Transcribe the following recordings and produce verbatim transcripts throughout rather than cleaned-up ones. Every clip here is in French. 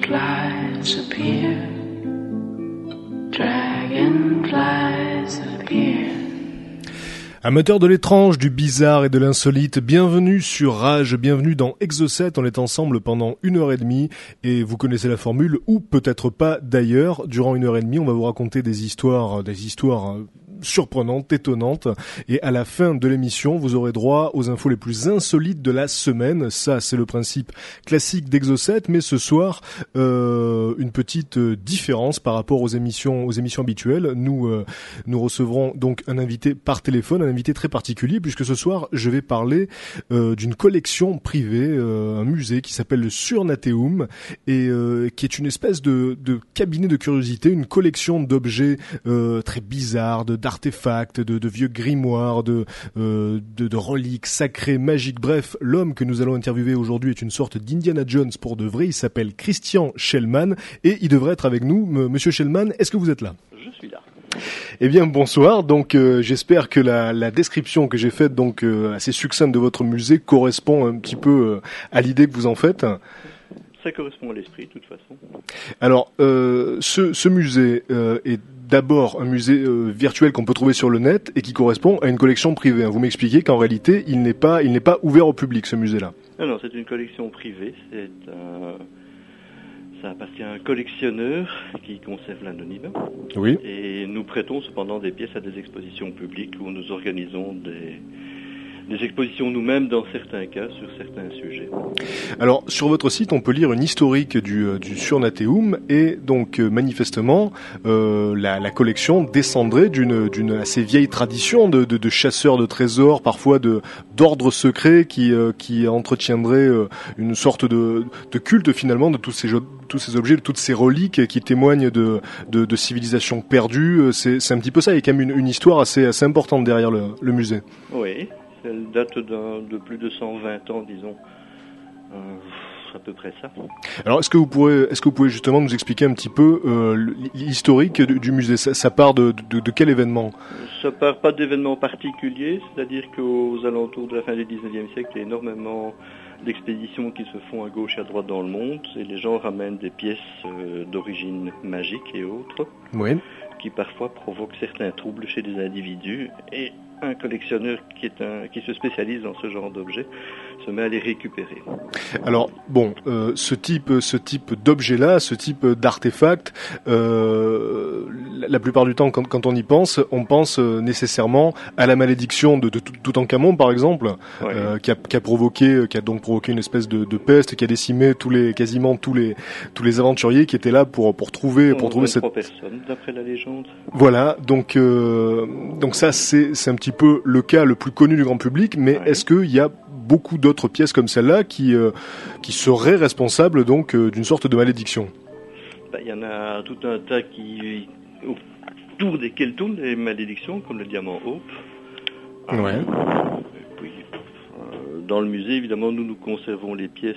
Dragonflies appear. Dragonflies appear. Amateurs de l'étrange, du bizarre et de l'insolite, bienvenue sur Rage, bienvenue dans Exocet. On est ensemble pendant une heure et demie et vous connaissez la formule, ou peut-être pas d'ailleurs. Durant une heure et demie, on va vous raconter des histoires, des histoires surprenantes, étonnantes, et à la fin de l'émission, vous aurez droit aux infos les plus insolites de la semaine. Ça, c'est le principe classique d'Exocet, mais ce soir, euh, une petite différence par rapport aux émissions, aux émissions habituelles. Nous, euh, nous recevrons donc un invité par téléphone, un invité très particulier, puisque ce soir, je vais parler euh, d'une collection privée, euh, un musée qui s'appelle le Surnateum, et euh, qui est une espèce de, de cabinet de curiosité, une collection d'objets euh, très bizarres, de d'artefacts, de, de vieux grimoires, de, euh, de, de reliques sacrées, magiques. Bref, l'homme que nous allons interviewer aujourd'hui est une sorte d'Indiana Jones pour de vrai. Il s'appelle Christian Schellmann et il devrait être avec nous. M- Monsieur Schellmann, est-ce que vous êtes là ? Je suis là. Eh bien, bonsoir. Donc, euh, j'espère que la, la description que j'ai faite, donc euh, assez succincte de votre musée, correspond un petit peu euh, à l'idée que vous en faites. Ça correspond à l'esprit, de toute façon. Alors, euh, ce, ce musée euh, est d'abord un musée euh, virtuel qu'on peut trouver sur le net et qui correspond à une collection privée. Vous m'expliquez qu'en réalité, il n'est pas, il n'est pas ouvert au public, ce musée-là. Non, non, c'est une collection privée. C'est un... Ça appartient à un collectionneur qui conserve l'anonyme. Oui. Et nous prêtons cependant des pièces à des expositions publiques où nous organisons des... des expositions nous-mêmes dans certains cas, sur certains sujets. Alors, sur votre site, on peut lire une historique du, du Surnateum et donc, euh, manifestement, euh, la, la collection descendrait d'une, d'une assez vieille tradition de, de, de chasseurs de trésors, parfois de, d'ordres secrets qui, euh, qui entretiendraient euh, une sorte de, de culte finalement de tous ces, tous ces objets, de toutes ces reliques qui témoignent de, de, de civilisations perdues. C'est, c'est un petit peu ça, il y a quand même une, une histoire assez, assez importante derrière le, le musée. Oui. Elle date d'un, de plus de cent vingt ans, disons. Euh, à peu près ça. Alors, est-ce que vous pourrez, est-ce que vous pouvez justement nous expliquer un petit peu euh, l'historique du, du musée ? Ça, ça part de, de, de quel événement ? Ça part pas d'événements particuliers, c'est-à-dire qu'aux alentours de la fin du dix-neuvième siècle, il y a énormément d'expéditions qui se font à gauche et à droite dans le monde, et les gens ramènent des pièces euh, d'origine magique et autres, oui. qui parfois provoquent certains troubles chez des individus, et un collectionneur qui, est un, qui se spécialise dans ce genre d'objets se met à les récupérer. Alors, bon, euh, ce type, ce type d'objet-là, ce type d'artefact, euh, la, la plupart du temps, quand, quand on y pense, on pense euh, nécessairement à la malédiction de, de Toutankhamon, par exemple, ouais. euh, qui, a, qui a provoqué, qui a donc provoqué une espèce de, de peste, qui a décimé tous les, quasiment tous les, tous les aventuriers qui étaient là pour, pour trouver, pour trouver cette. personnes, d'après la légende. Voilà, donc, euh, donc ça, c'est, c'est un petit peu le cas le plus connu du grand public, mais ouais. Est-ce qu'il y a beaucoup d'autres pièces comme celle-là qui, euh, qui seraient responsables donc euh, d'une sorte de malédiction ? Ben, y en a tout un tas qui, autour desquels tournent les malédictions, comme le diamant Hope. Ouais. Euh, et puis, euh, dans le musée, évidemment, nous nous conservons les pièces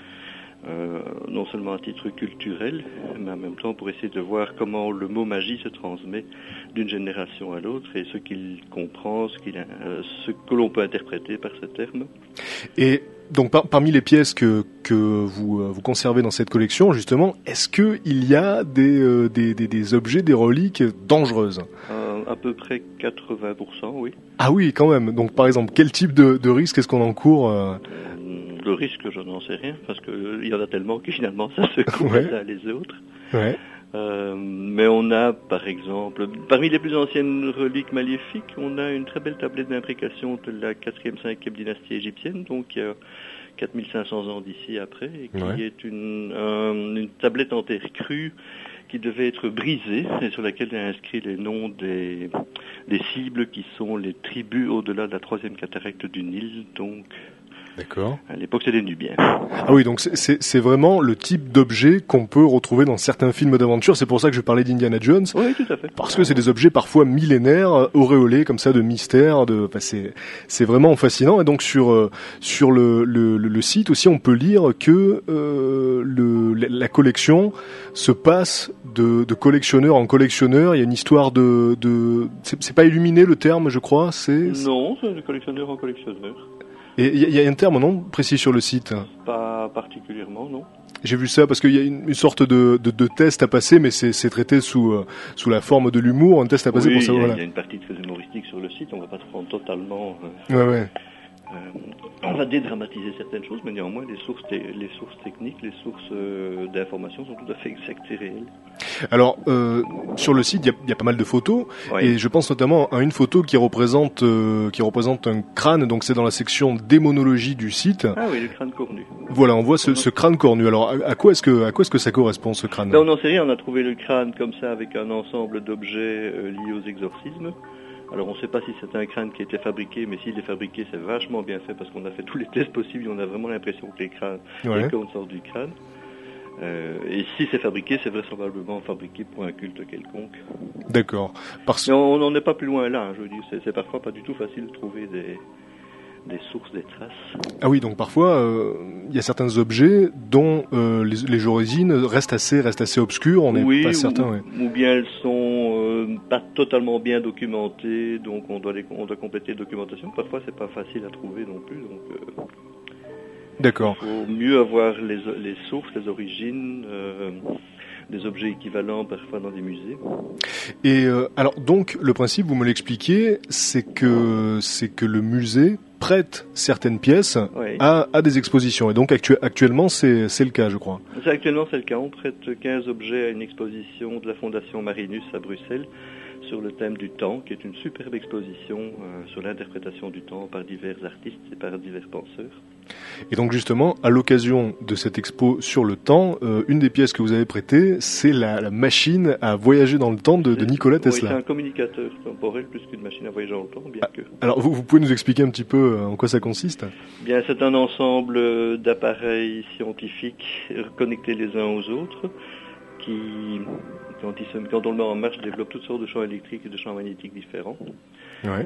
euh, non seulement à titre culturel, mais en même temps pour essayer de voir comment le mot magie se transmet d'une génération à l'autre et ce qu'il comprend, ce, qu'il, euh, ce que l'on peut interpréter par ce terme. Et donc par, parmi les pièces que, que vous, euh, vous conservez dans cette collection, justement, est-ce qu'il y a des, euh, des, des, des objets, des reliques dangereuses ? euh, À peu près quatre-vingts pour cent, oui. Ah oui, quand même. Donc par exemple, quel type de, de risque est-ce qu'on encourt euh... Le risque, je n'en sais rien, parce qu'il y en a tellement que finalement ça se coupe ouais. les uns les autres. Ouais. Euh, mais on a, par exemple, parmi les plus anciennes reliques maléfiques, on a une très belle tablette d'imprécation de la quatrième cinquième dynastie égyptienne, donc il y a quatre mille cinq cents ans d'ici après, et qui ouais. est une, un, une tablette en terre crue qui devait être brisée, et sur laquelle il y a inscrit les noms des, des cibles qui sont les tribus au-delà de la troisième cataracte du Nil, donc... D'accord. À l'époque, c'est des Nubiens. Ah oui, donc c'est, c'est, c'est vraiment le type d'objet qu'on peut retrouver dans certains films d'aventure. C'est pour ça que je parlais d'Indiana Jones. Oui, tout à fait. Parce que c'est des objets parfois millénaires, auréolés comme ça de mystère. De, enfin, c'est, c'est vraiment fascinant. Et donc sur euh, sur le, le, le site aussi, on peut lire que euh, le, la collection se passe de, de collectionneur en collectionneur. Il y a une histoire de, de c'est, c'est pas illuminé le terme, je crois. C'est non, c'est de collectionneur en collectionneur. Et il y, y a un terme, non, précis sur le site ? Pas particulièrement, non. J'ai vu ça parce qu'il y a une, une sorte de, de, de test à passer, mais c'est, c'est traité sous, euh, sous la forme de l'humour, un test à passer oui, pour savoir. Il y, a, Voilà. il y a une partie très humoristique sur le site, on va pas se prendre totalement. Euh, ouais, ouais. euh, on va dédramatiser certaines choses, mais néanmoins les sources, te- les sources techniques, les sources euh, d'informations sont tout à fait exactes et réelles. Alors, euh, sur le site, il y a, il y a pas mal de photos, Oui. et je pense notamment à une photo qui représente, euh, qui représente un crâne, donc c'est dans la section démonologie du site. Ah oui, le crâne cornu. Voilà, on voit ce, ce crâne cornu. Alors, à, à quoi est-ce que, à quoi est-ce que ça correspond, ce crâne? Ben, on n'en sait rien, on a trouvé le crâne comme ça avec un ensemble d'objets euh, liés aux exorcismes. Alors on ne sait pas si c'est un crâne qui a été fabriqué, mais s'il est fabriqué, c'est vachement bien fait parce qu'on a fait tous les tests possibles et on a vraiment l'impression que les crânes, Ouais. les cônes sortent du crâne. Euh, et si c'est fabriqué, c'est vraisemblablement fabriqué pour un culte quelconque. D'accord. Parce... Mais on n'en est pas plus loin là, hein, je veux dire, c'est, c'est parfois pas du tout facile de trouver des, des sources, des traces. Ah oui, donc parfois, euh, il y a certains objets dont euh, les, les origines restent assez, restent assez obscures, on n'est oui, pas certain. ou, Ouais. ou bien elles sont euh, pas totalement bien documentées, donc on doit, les, on doit compléter la documentation. Parfois c'est pas facile à trouver non plus, donc euh, D'accord. il faut mieux avoir les, les sources, les origines, euh, des objets équivalents parfois dans des musées. Et euh, alors donc le principe, vous me l'expliquez, c'est que c'est que le musée prête certaines pièces Oui. à, à des expositions. Et donc actu- actuellement c'est c'est le cas, je crois. C'est actuellement c'est le cas. On prête quinze objets à une exposition de la Fondation Marinus à Bruxelles sur le thème du temps, qui est une superbe exposition euh, sur l'interprétation du temps par divers artistes et par divers penseurs. Et donc justement, à l'occasion de cette expo sur le temps, euh, une des pièces que vous avez prêtées, c'est la, la machine à voyager dans le temps de, de Nikola Tesla. Oui, c'est un communicateur temporel plus qu'une machine à voyager dans le temps, bien que. Alors vous, vous pouvez nous expliquer un petit peu euh, en quoi ça consiste? Bien, c'est un ensemble euh, d'appareils scientifiques euh, connectés les uns aux autres qui, quand, ils se, quand on le met en marche, développent toutes sortes de champs électriques et de champs magnétiques différents. Ouais.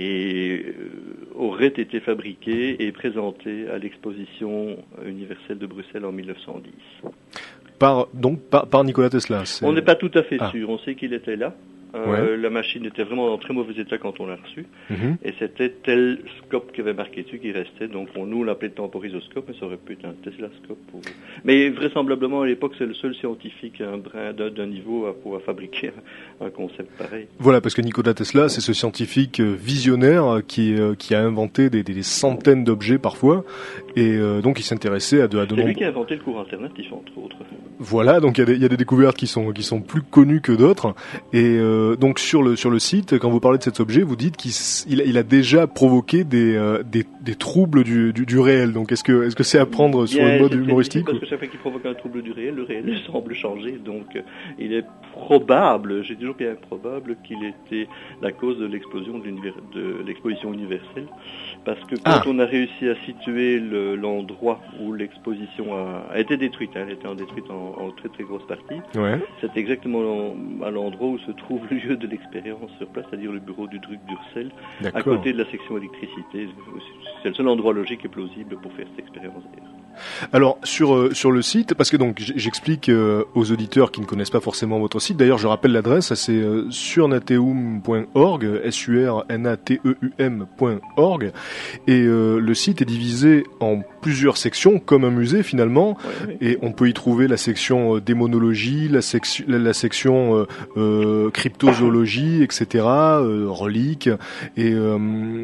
Et euh, aurait été fabriqué et présenté à l'exposition universelle de Bruxelles en mille neuf cent dix. Par, donc par, par Nikola Tesla. C'est... On n'est pas tout à fait ah. sûr, on sait qu'il était là. Euh, ouais. La machine était vraiment en très mauvais état quand on l'a reçue. Mm-hmm. Et c'était tel scope qui avait marqué dessus qui restait. Donc on nous l'appelait temporisoscope, mais ça aurait pu être un Teslascope. Ou... Mais vraisemblablement à l'époque, c'est le seul scientifique un brin d'un, d'un niveau à pouvoir fabriquer un concept pareil. Voilà, parce que Nikola Tesla, c'est ce scientifique visionnaire qui, euh, qui a inventé des, des centaines d'objets parfois. Et euh, donc il s'intéressait à de, à de C'est nombreux... lui qui a inventé le courant alternatif, entre autres. Voilà, donc il y a des, il y a des découvertes qui sont, qui sont plus connues que d'autres. Et euh, donc sur le, sur le site, quand vous parlez de cet objet, vous dites qu'il il a, il a déjà provoqué des, euh, des, des troubles du, du, du réel. Donc est-ce que, est-ce que c'est à prendre sur Bien, le mode c'est humoristique parce ou... que chaque fois qu'il provoque un trouble du réel, le réel semble changer. Donc euh, il est probable, j'ai toujours bien probable qu'il était la cause de l'explosion de, de l'exposition universelle. Parce que quand ah. on a réussi à situer le, l'endroit où l'exposition a, a été détruite, hein, elle était en détruite en, en très très grosse partie, ouais. c'est exactement à l'endroit où se trouve le lieu de l'expérience sur place, c'est-à-dire le bureau du Druc d'Ursel, à côté de la section électricité. C'est le seul endroit logique et plausible pour faire cette expérience d'ailleurs. Alors sur euh, sur le site, parce que donc j'explique euh, aux auditeurs qui ne connaissent pas forcément votre site. D'ailleurs, je rappelle l'adresse, c'est euh, surnateum point org, s u r n a t e u m point org, et euh, le site est divisé en plusieurs sections, comme un musée finalement. Ouais, ouais. Et on peut y trouver la section euh, démonologie, la section la, la section euh, euh, cryptozoologie, et cetera, euh, reliques. Et euh,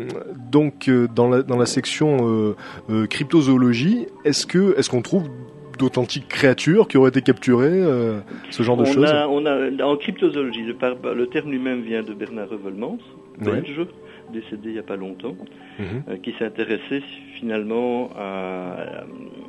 donc euh, dans la dans la section euh, euh, cryptozoologie, est-ce que est-ce qu'on trouve d'authentiques créatures qui auraient été capturées, euh, ce genre de on choses? a, on a, en cryptozoologie, le, par, le terme lui-même vient de Bernard Revelmans, belge, ouais. décédé il n'y a pas longtemps, mmh. euh, qui s'intéressait finalement à,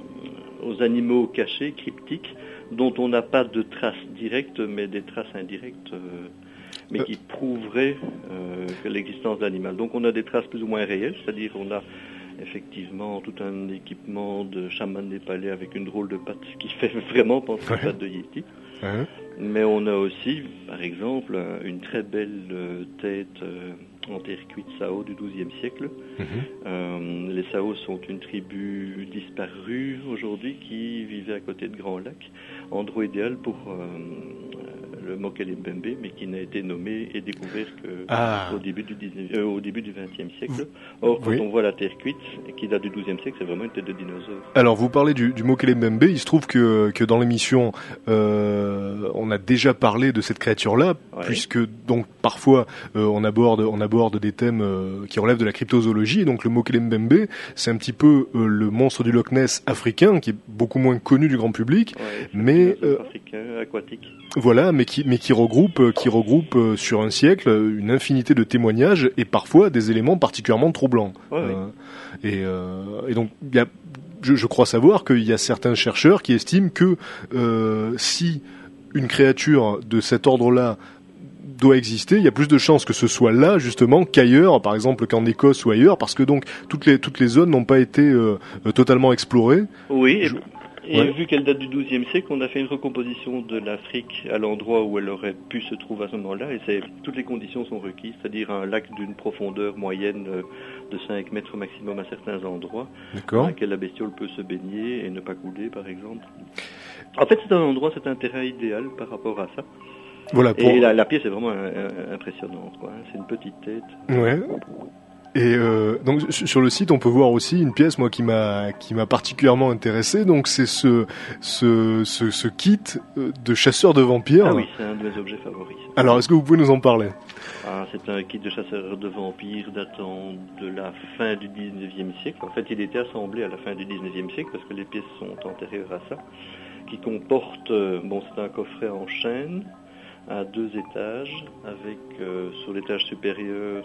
aux animaux cachés, cryptiques, dont on n'a pas de traces directes, mais des traces indirectes, euh, mais euh. qui prouveraient euh, que l'existence de l'animal. Donc on a des traces plus ou moins réelles, c'est-à-dire on a effectivement tout un équipement de chaman népalais avec une drôle de patte qui fait vraiment penser à une patte de Yéti. Ouais. Mais on a aussi, par exemple, une très belle tête euh, en terre cuite Sao du douzième siècle. Mm-hmm. Euh, les Sao sont une tribu disparue aujourd'hui qui vivait à côté de Grands Lacs, endroit idéal pour euh, le Mokele Mbembe, mais qui n'a été nommé et découvert que ah. au début du dix-neuvième, euh, au début du vingtième siècle. Or, quand oui. on voit la terre cuite, qui date du douzième siècle, c'est vraiment une tête de dinosaure. Alors, vous parlez du, du Mokele Mbembe. Il se trouve que, que dans l'émission, euh, on a déjà parlé de cette créature-là, ouais. puisque donc parfois euh, on aborde on aborde des thèmes euh, qui relèvent de la cryptozoologie. Et donc, le Mokele Mbembe, c'est un petit peu euh, le monstre du Loch Ness africain, qui est beaucoup moins connu du grand public, ouais, mais euh, africain aquatique. Voilà, mais qui mais qui regroupe qui regroupe euh, sur un siècle une infinité de témoignages et parfois des éléments particulièrement troublants. Ouais, euh, oui. et, euh, et donc il y a Je, je crois savoir qu'il y a certains chercheurs qui estiment que euh, si une créature de cet ordre-là doit exister, il y a plus de chances que ce soit là justement qu'ailleurs, par exemple qu'en Écosse ou ailleurs, parce que donc toutes les toutes les zones n'ont pas été euh, totalement explorées. Oui. Et, je... et ouais. vu qu'elle date du douzième siècle, on a fait une recomposition de l'Afrique à l'endroit où elle aurait pu se trouver à ce moment-là, et c'est toutes les conditions sont requises, c'est-à-dire un lac d'une profondeur moyenne de cinq mètres maximum à certains endroits, dans lequel la bestiole peut se baigner et ne pas couler, par exemple. En fait, c'est un endroit, c'est un terrain idéal par rapport à ça. Voilà, pour... Et la, la pièce est vraiment un, un, impressionnante, quoi. C'est une petite tête. Ouais. Et euh, donc sur le site, on peut voir aussi une pièce, moi, qui m'a qui m'a particulièrement intéressé. Donc c'est ce ce ce, ce kit de chasseur de vampires. Ah oui, c'est un de mes objets favoris. Alors, est-ce que vous pouvez nous en parler? Ah, c'est un kit de chasseur de vampires datant de la fin du dix-neuvième siècle. En fait, il était assemblé à la fin du dix-neuvième siècle parce que les pièces sont antérieures à ça. Qui comporte, euh, bon, c'est un coffret en chêne à deux étages avec euh, sur l'étage supérieur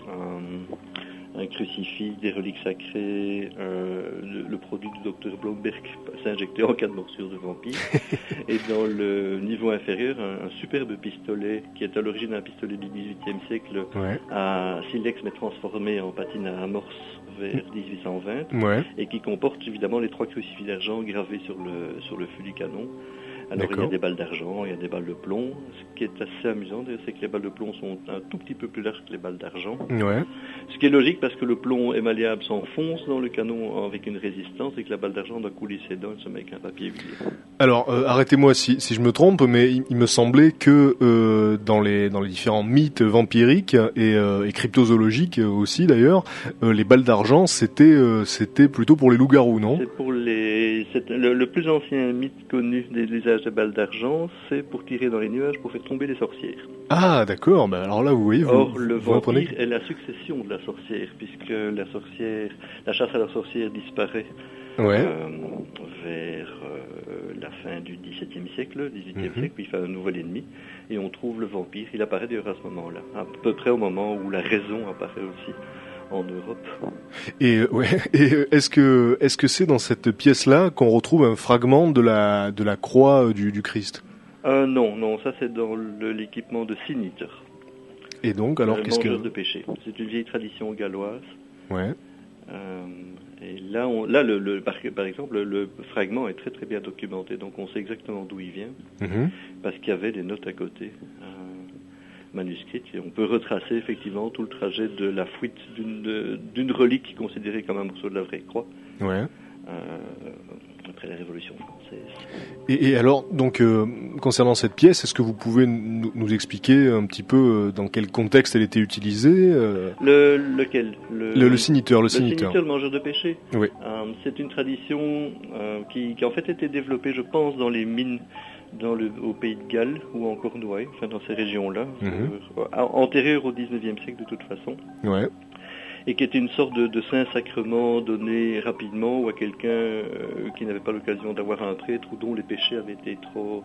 un, un crucifix, des reliques sacrées, euh, le, le produit du docteur Blomberg s'injecter en cas de morsure de vampire. Et dans le niveau inférieur, un, un superbe pistolet qui est à l'origine un pistolet du dix-huitième siècle ouais. à silex mais transformé en patine à amorce vers dix-huit cent vingt ouais. et qui comporte évidemment les trois crucifix d'argent gravés sur le, sur le fût du canon. Alors D'accord. il y a des balles d'argent, il y a des balles de plomb. Ce qui est assez amusant, c'est que les balles de plomb sont un tout petit peu plus larges que les balles d'argent. Ouais. Ce qui est logique parce que le plomb émalléable s'enfonce dans le canon avec une résistance et que la balle d'argent doit couler ses dents, elle se met avec un papier huilé. Alors euh, arrêtez-moi si, si je me trompe, mais il, il me semblait que euh, dans les dans les différents mythes vampiriques et, euh, et cryptozoologiques aussi d'ailleurs, euh, les balles d'argent c'était euh, c'était plutôt pour les loups-garous, non? C'est pour les c'est le, le plus ancien mythe connu des usages de balles d'argent, c'est pour tirer dans les nuages pour faire tomber les sorcières. Ah d'accord, bah alors là vous voyez, vous, Or le vous vampire apprenez... est la succession de la sorcière, puisque la sorcière, la chasse à la sorcière disparaît ouais. euh, vers euh, la fin du dix-septième siècle, dix-huitième mm-hmm. siècle, puis il fait un nouvel ennemi, et on trouve le vampire. Il apparaît d'ailleurs à ce moment-là, à peu près au moment où la raison apparaît aussi en Europe. Et ouais, et est-ce que est-ce que c'est dans cette pièce-là qu'on retrouve un fragment de la de la croix du, du Christ? Euh, non, non, ça c'est dans le, l'équipement de Sin Eater. Et donc, alors le qu'est-ce que... mangeur de péché. C'est une vieille tradition galloise. Ouais. Euh, et là, on, là le, le, par, par exemple, le, le fragment est très très bien documenté, donc on sait exactement d'où il vient, mm-hmm. parce qu'il y avait des notes à côté, euh, manuscrites, et on peut retracer effectivement tout le trajet de la fuite d'une, de, d'une relique considérée comme un morceau de la vraie croix. Ouais. Euh, après la Révolution française. Et, et alors, donc, euh, concernant cette pièce, est-ce que vous pouvez nous, nous expliquer un petit peu euh, dans quel contexte elle était utilisée euh... Le lequel Le, le, le Sin Eater, le le Sin Eater. le mangeur de péché. Oui. Euh, c'est une tradition euh, qui, qui en fait été développée, je pense, dans les mines dans le, au pays de Galles ou en Cornouailles, enfin dans ces régions-là, mm-hmm. euh, antérieures au dix-neuvième siècle de toute façon. Ouais. Et qui était une sorte de, de saint sacrement donné rapidement ou à quelqu'un euh, qui n'avait pas l'occasion d'avoir un prêtre ou dont les péchés avaient été trop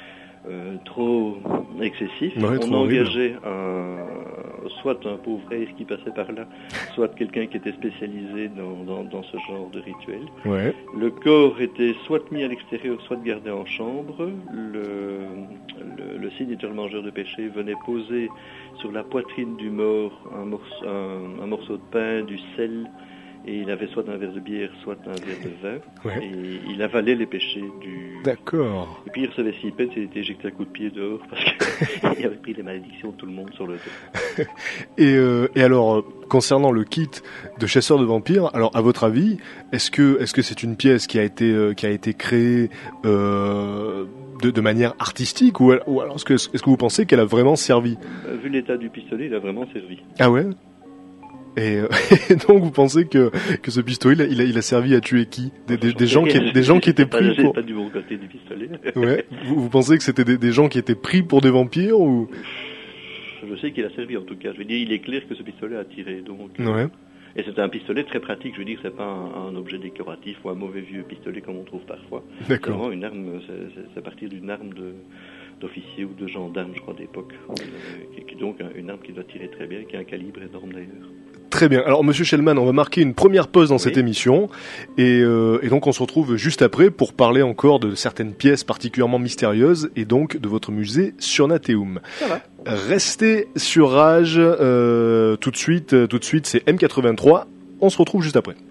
euh, trop excessifs. Ouais, on trop engageait un, soit un pauvre air qui passait par là, soit quelqu'un qui était spécialisé dans, dans, dans ce genre de rituel. Ouais. Le corps était soit mis à l'extérieur, soit gardé en chambre. Le, le, le Sin Eater, le mangeur de péché, venait poser sur la poitrine du mort un morceau, un, un morceau de pain, du sel, et il avait soit un verre de bière, soit un verre de vin, ouais. et il avalait les péchés du... D'accord. Et puis il recevait six peines, il était éjecté à coups de pied dehors, parce qu'il avait pris les malédictions de tout le monde sur le dos. et, euh, et alors, euh, concernant le kit de chasseur de vampires, alors à votre avis, est-ce que est-ce que c'est une pièce qui a été euh, qui a été créée euh, de, de manière artistique ou, ou alors est-ce que, est-ce que vous pensez qu'elle a vraiment servi? Euh, Vu l'état du pistolet, il a vraiment servi. Ah ouais? Et, euh, et donc vous pensez que, que ce pistolet, il a, il a, il a servi à tuer qui? Des, des, des, gens qui, des gens qui étaient pas, pris pour... pas du bon côté du pistolet. Ouais. Vous, vous pensez que c'était des, des gens qui étaient pris pour des vampires ou... Je sais qu'il a servi en tout cas. Je veux dire, il est clair que ce pistolet a tiré. Donc, Ouais. et c'est un pistolet très pratique. Je veux dire, c'est pas un, un objet décoratif ou un mauvais vieux pistolet comme on trouve parfois. C'est D'accord. vraiment une arme. C'est, c'est, c'est à partir d'une arme de, d'officier ou de gendarme, je crois, d'époque. Euh, qui, qui donc une arme qui doit tirer très bien, qui a un calibre énorme d'ailleurs. Très bien. Alors, Monsieur Shellman, on va marquer une première pause dans Oui. cette émission, et, euh, et donc on se retrouve juste après pour parler encore de certaines pièces particulièrement mystérieuses et donc de votre musée Surnateum. Ça va. Restez sur Rage. Euh, tout de suite, tout de suite, c'est M quatre-vingt-trois. On se retrouve juste après.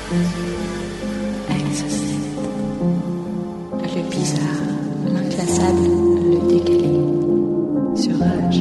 Exocet. Le bizarre, l'inclassable, le décalé. Sur Rage.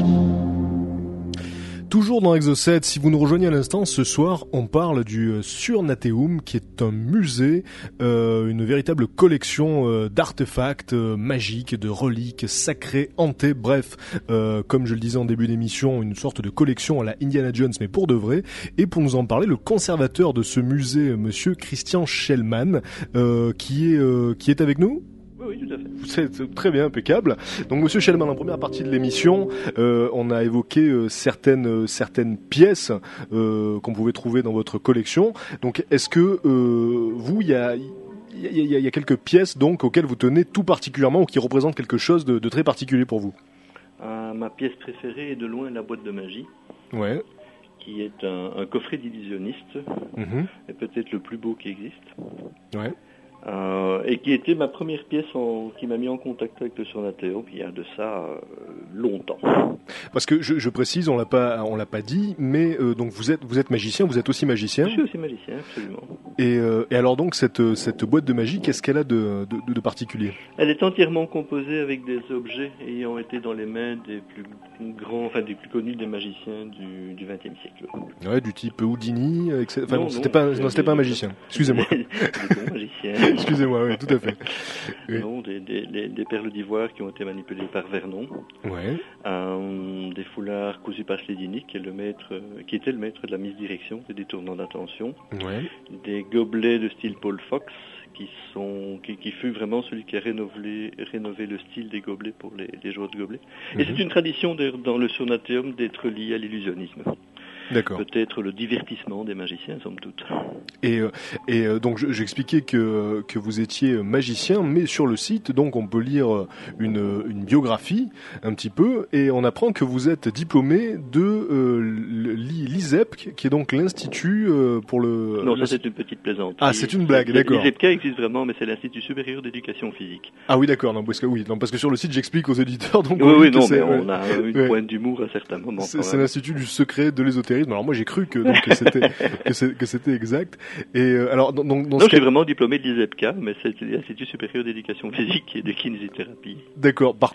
Toujours dans Exocet, si vous nous rejoignez à l'instant, ce soir, on parle du euh, Surnateum, qui est un musée, euh, une véritable collection euh, d'artefacts euh, magiques, de reliques sacrées, hantées, bref, euh, comme je le disais en début d'émission, une sorte de collection à la Indiana Jones, mais pour de vrai. Et pour nous en parler, le conservateur de ce musée, monsieur Christian Schellmann, euh, qui est euh, qui est avec nous. Oui, tout à fait. C'est très bien, impeccable. Donc, Monsieur Schellmann, en première partie de l'émission, euh, on a évoqué euh, certaines euh, certaines pièces euh, qu'on pouvait trouver dans votre collection. Donc, est-ce que euh, vous, il y a il y a, y, a, y a quelques pièces donc auxquelles vous tenez tout particulièrement ou qui représentent quelque chose de, de très particulier pour vous? euh, Ma pièce préférée est de loin la boîte de magie. Ouais. Qui est un, un coffret d'illusionniste, mmh. et peut-être le plus beau qui existe. Ouais. Euh, et qui était ma première pièce en, qui m'a mis en contact avec le Surnateum, il y a de ça euh, longtemps. Parce que je, je précise, on l'a pas, on l'a pas dit, mais euh, donc vous êtes, vous êtes magicien, vous êtes aussi magicien. Je suis aussi magicien, absolument. Et, euh, et alors donc cette cette boîte de magie, qu'est-ce qu'elle a de, de, de particulier? Elle est entièrement composée avec des objets ayant été dans les mains des plus grands, enfin des plus connus des magiciens du du vingtième siècle. Ouais, du type Houdini, et cetera. Enfin non, non, c'était pas, non, c'était pas un magicien. Excusez-moi. Des bons magiciens. Excusez-moi, oui, tout à fait. Oui. Non, des, des, des, des perles d'ivoire qui ont été manipulées par Vernon. Ouais. Euh, des foulards cousus par Sledini, qui est le maître, qui était le maître de la misdirection, des détournements d'attention. Ouais. Des gobelets de style Paul Fox, qui sont, qui, qui fut vraiment celui qui a rénové, rénové le style des gobelets pour les, les joueurs de gobelets. Mm-hmm. Et c'est une tradition de, dans le Surnateum d'être lié à l'illusionnisme. D'accord. Peut-être le divertissement des magiciens, somme toute. Et, et donc j'expliquais que que vous étiez magicien, mais sur le site, donc on peut lire une une biographie un petit peu, et on apprend que vous êtes diplômé de euh, l'I S E P, qui est donc l'institut euh, pour le. Non, ça c'est une petite plaisanterie. Ah, c'est une blague, d'accord. L'I S E P K existe vraiment, mais c'est l'Institut supérieur d'éducation physique. Ah oui, d'accord. Non, parce que oui, non, parce que sur le site j'explique aux éditeurs. Donc oui, oui, non, mais ouais. On a une ouais. pointe d'humour à certains moments. C'est, c'est l'Institut du secret de l'ésotérisme. Alors moi j'ai cru que donc que c'était que, c'est, que c'était exact. Et euh, alors donc dans, dans non, ce je suis cas... vraiment diplômé de l'I S E P K, mais c'est l'Institut supérieur d'éducation physique et de kinésithérapie. D'accord. Par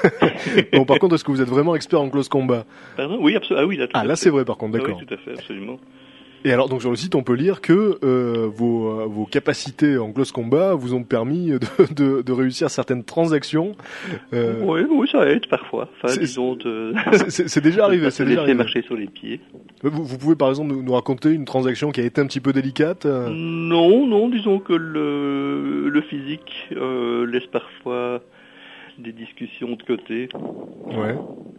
bon, par contre, est-ce que vous êtes vraiment expert en close combat? Pardon? Oui, absolument. Ah oui, là. Tout ah là, c'est vrai, par contre, d'accord. Ah oui, tout à fait, absolument. Et alors, donc sur le site, on peut lire que euh, vos, euh, vos capacités en close combat vous ont permis de, de, de réussir certaines transactions. Euh... Oui, oui, ça aide parfois. Enfin, c'est, disons de... c'est, c'est, c'est déjà arrivé. C'est déjà arrivé. Marcher sur les pieds. Vous, vous pouvez par exemple nous, nous raconter une transaction qui a été un petit peu délicate? euh... Non, non. Disons que le, le physique euh, laisse parfois des discussions de côté. Ouais.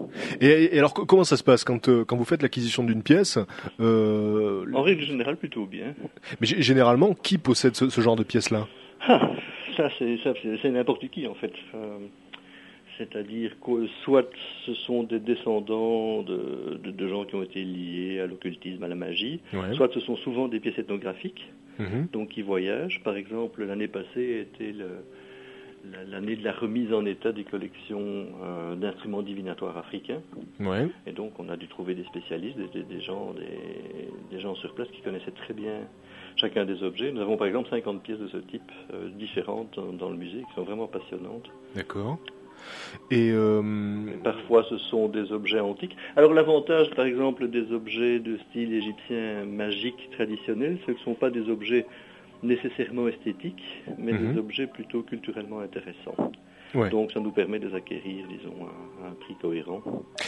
Et, et alors comment ça se passe quand euh, quand vous faites l'acquisition d'une pièce? euh... En règle générale, plutôt bien. Mais g- généralement, qui possède ce, ce genre de pièces-là? Ah, ça, c'est, ça c'est, c'est n'importe qui en fait. Euh, c'est-à-dire que soit ce sont des descendants de, de, de gens qui ont été liés à l'occultisme, à la magie, ouais. Soit ce sont souvent des pièces ethnographiques, mm-hmm. donc qui voyagent. Par exemple, l'année passée était le l'année de la remise en état des collections euh, d'instruments divinatoires africains. Ouais. Et donc, on a dû trouver des spécialistes, des, des, des, gens, des, des gens sur place qui connaissaient très bien chacun des objets. Nous avons par exemple cinquante pièces de ce type, euh, différentes dans, dans le musée, qui sont vraiment passionnantes. D'accord. Et, euh... Et parfois, ce sont des objets antiques. Alors, l'avantage, par exemple, des objets de style égyptien magique traditionnel, c'est que ce ne sont pas des objets nécessairement esthétiques, mais mm-hmm. des objets plutôt culturellement intéressants. Ouais. Donc ça nous permet de les acquérir, disons, à, à un prix cohérent.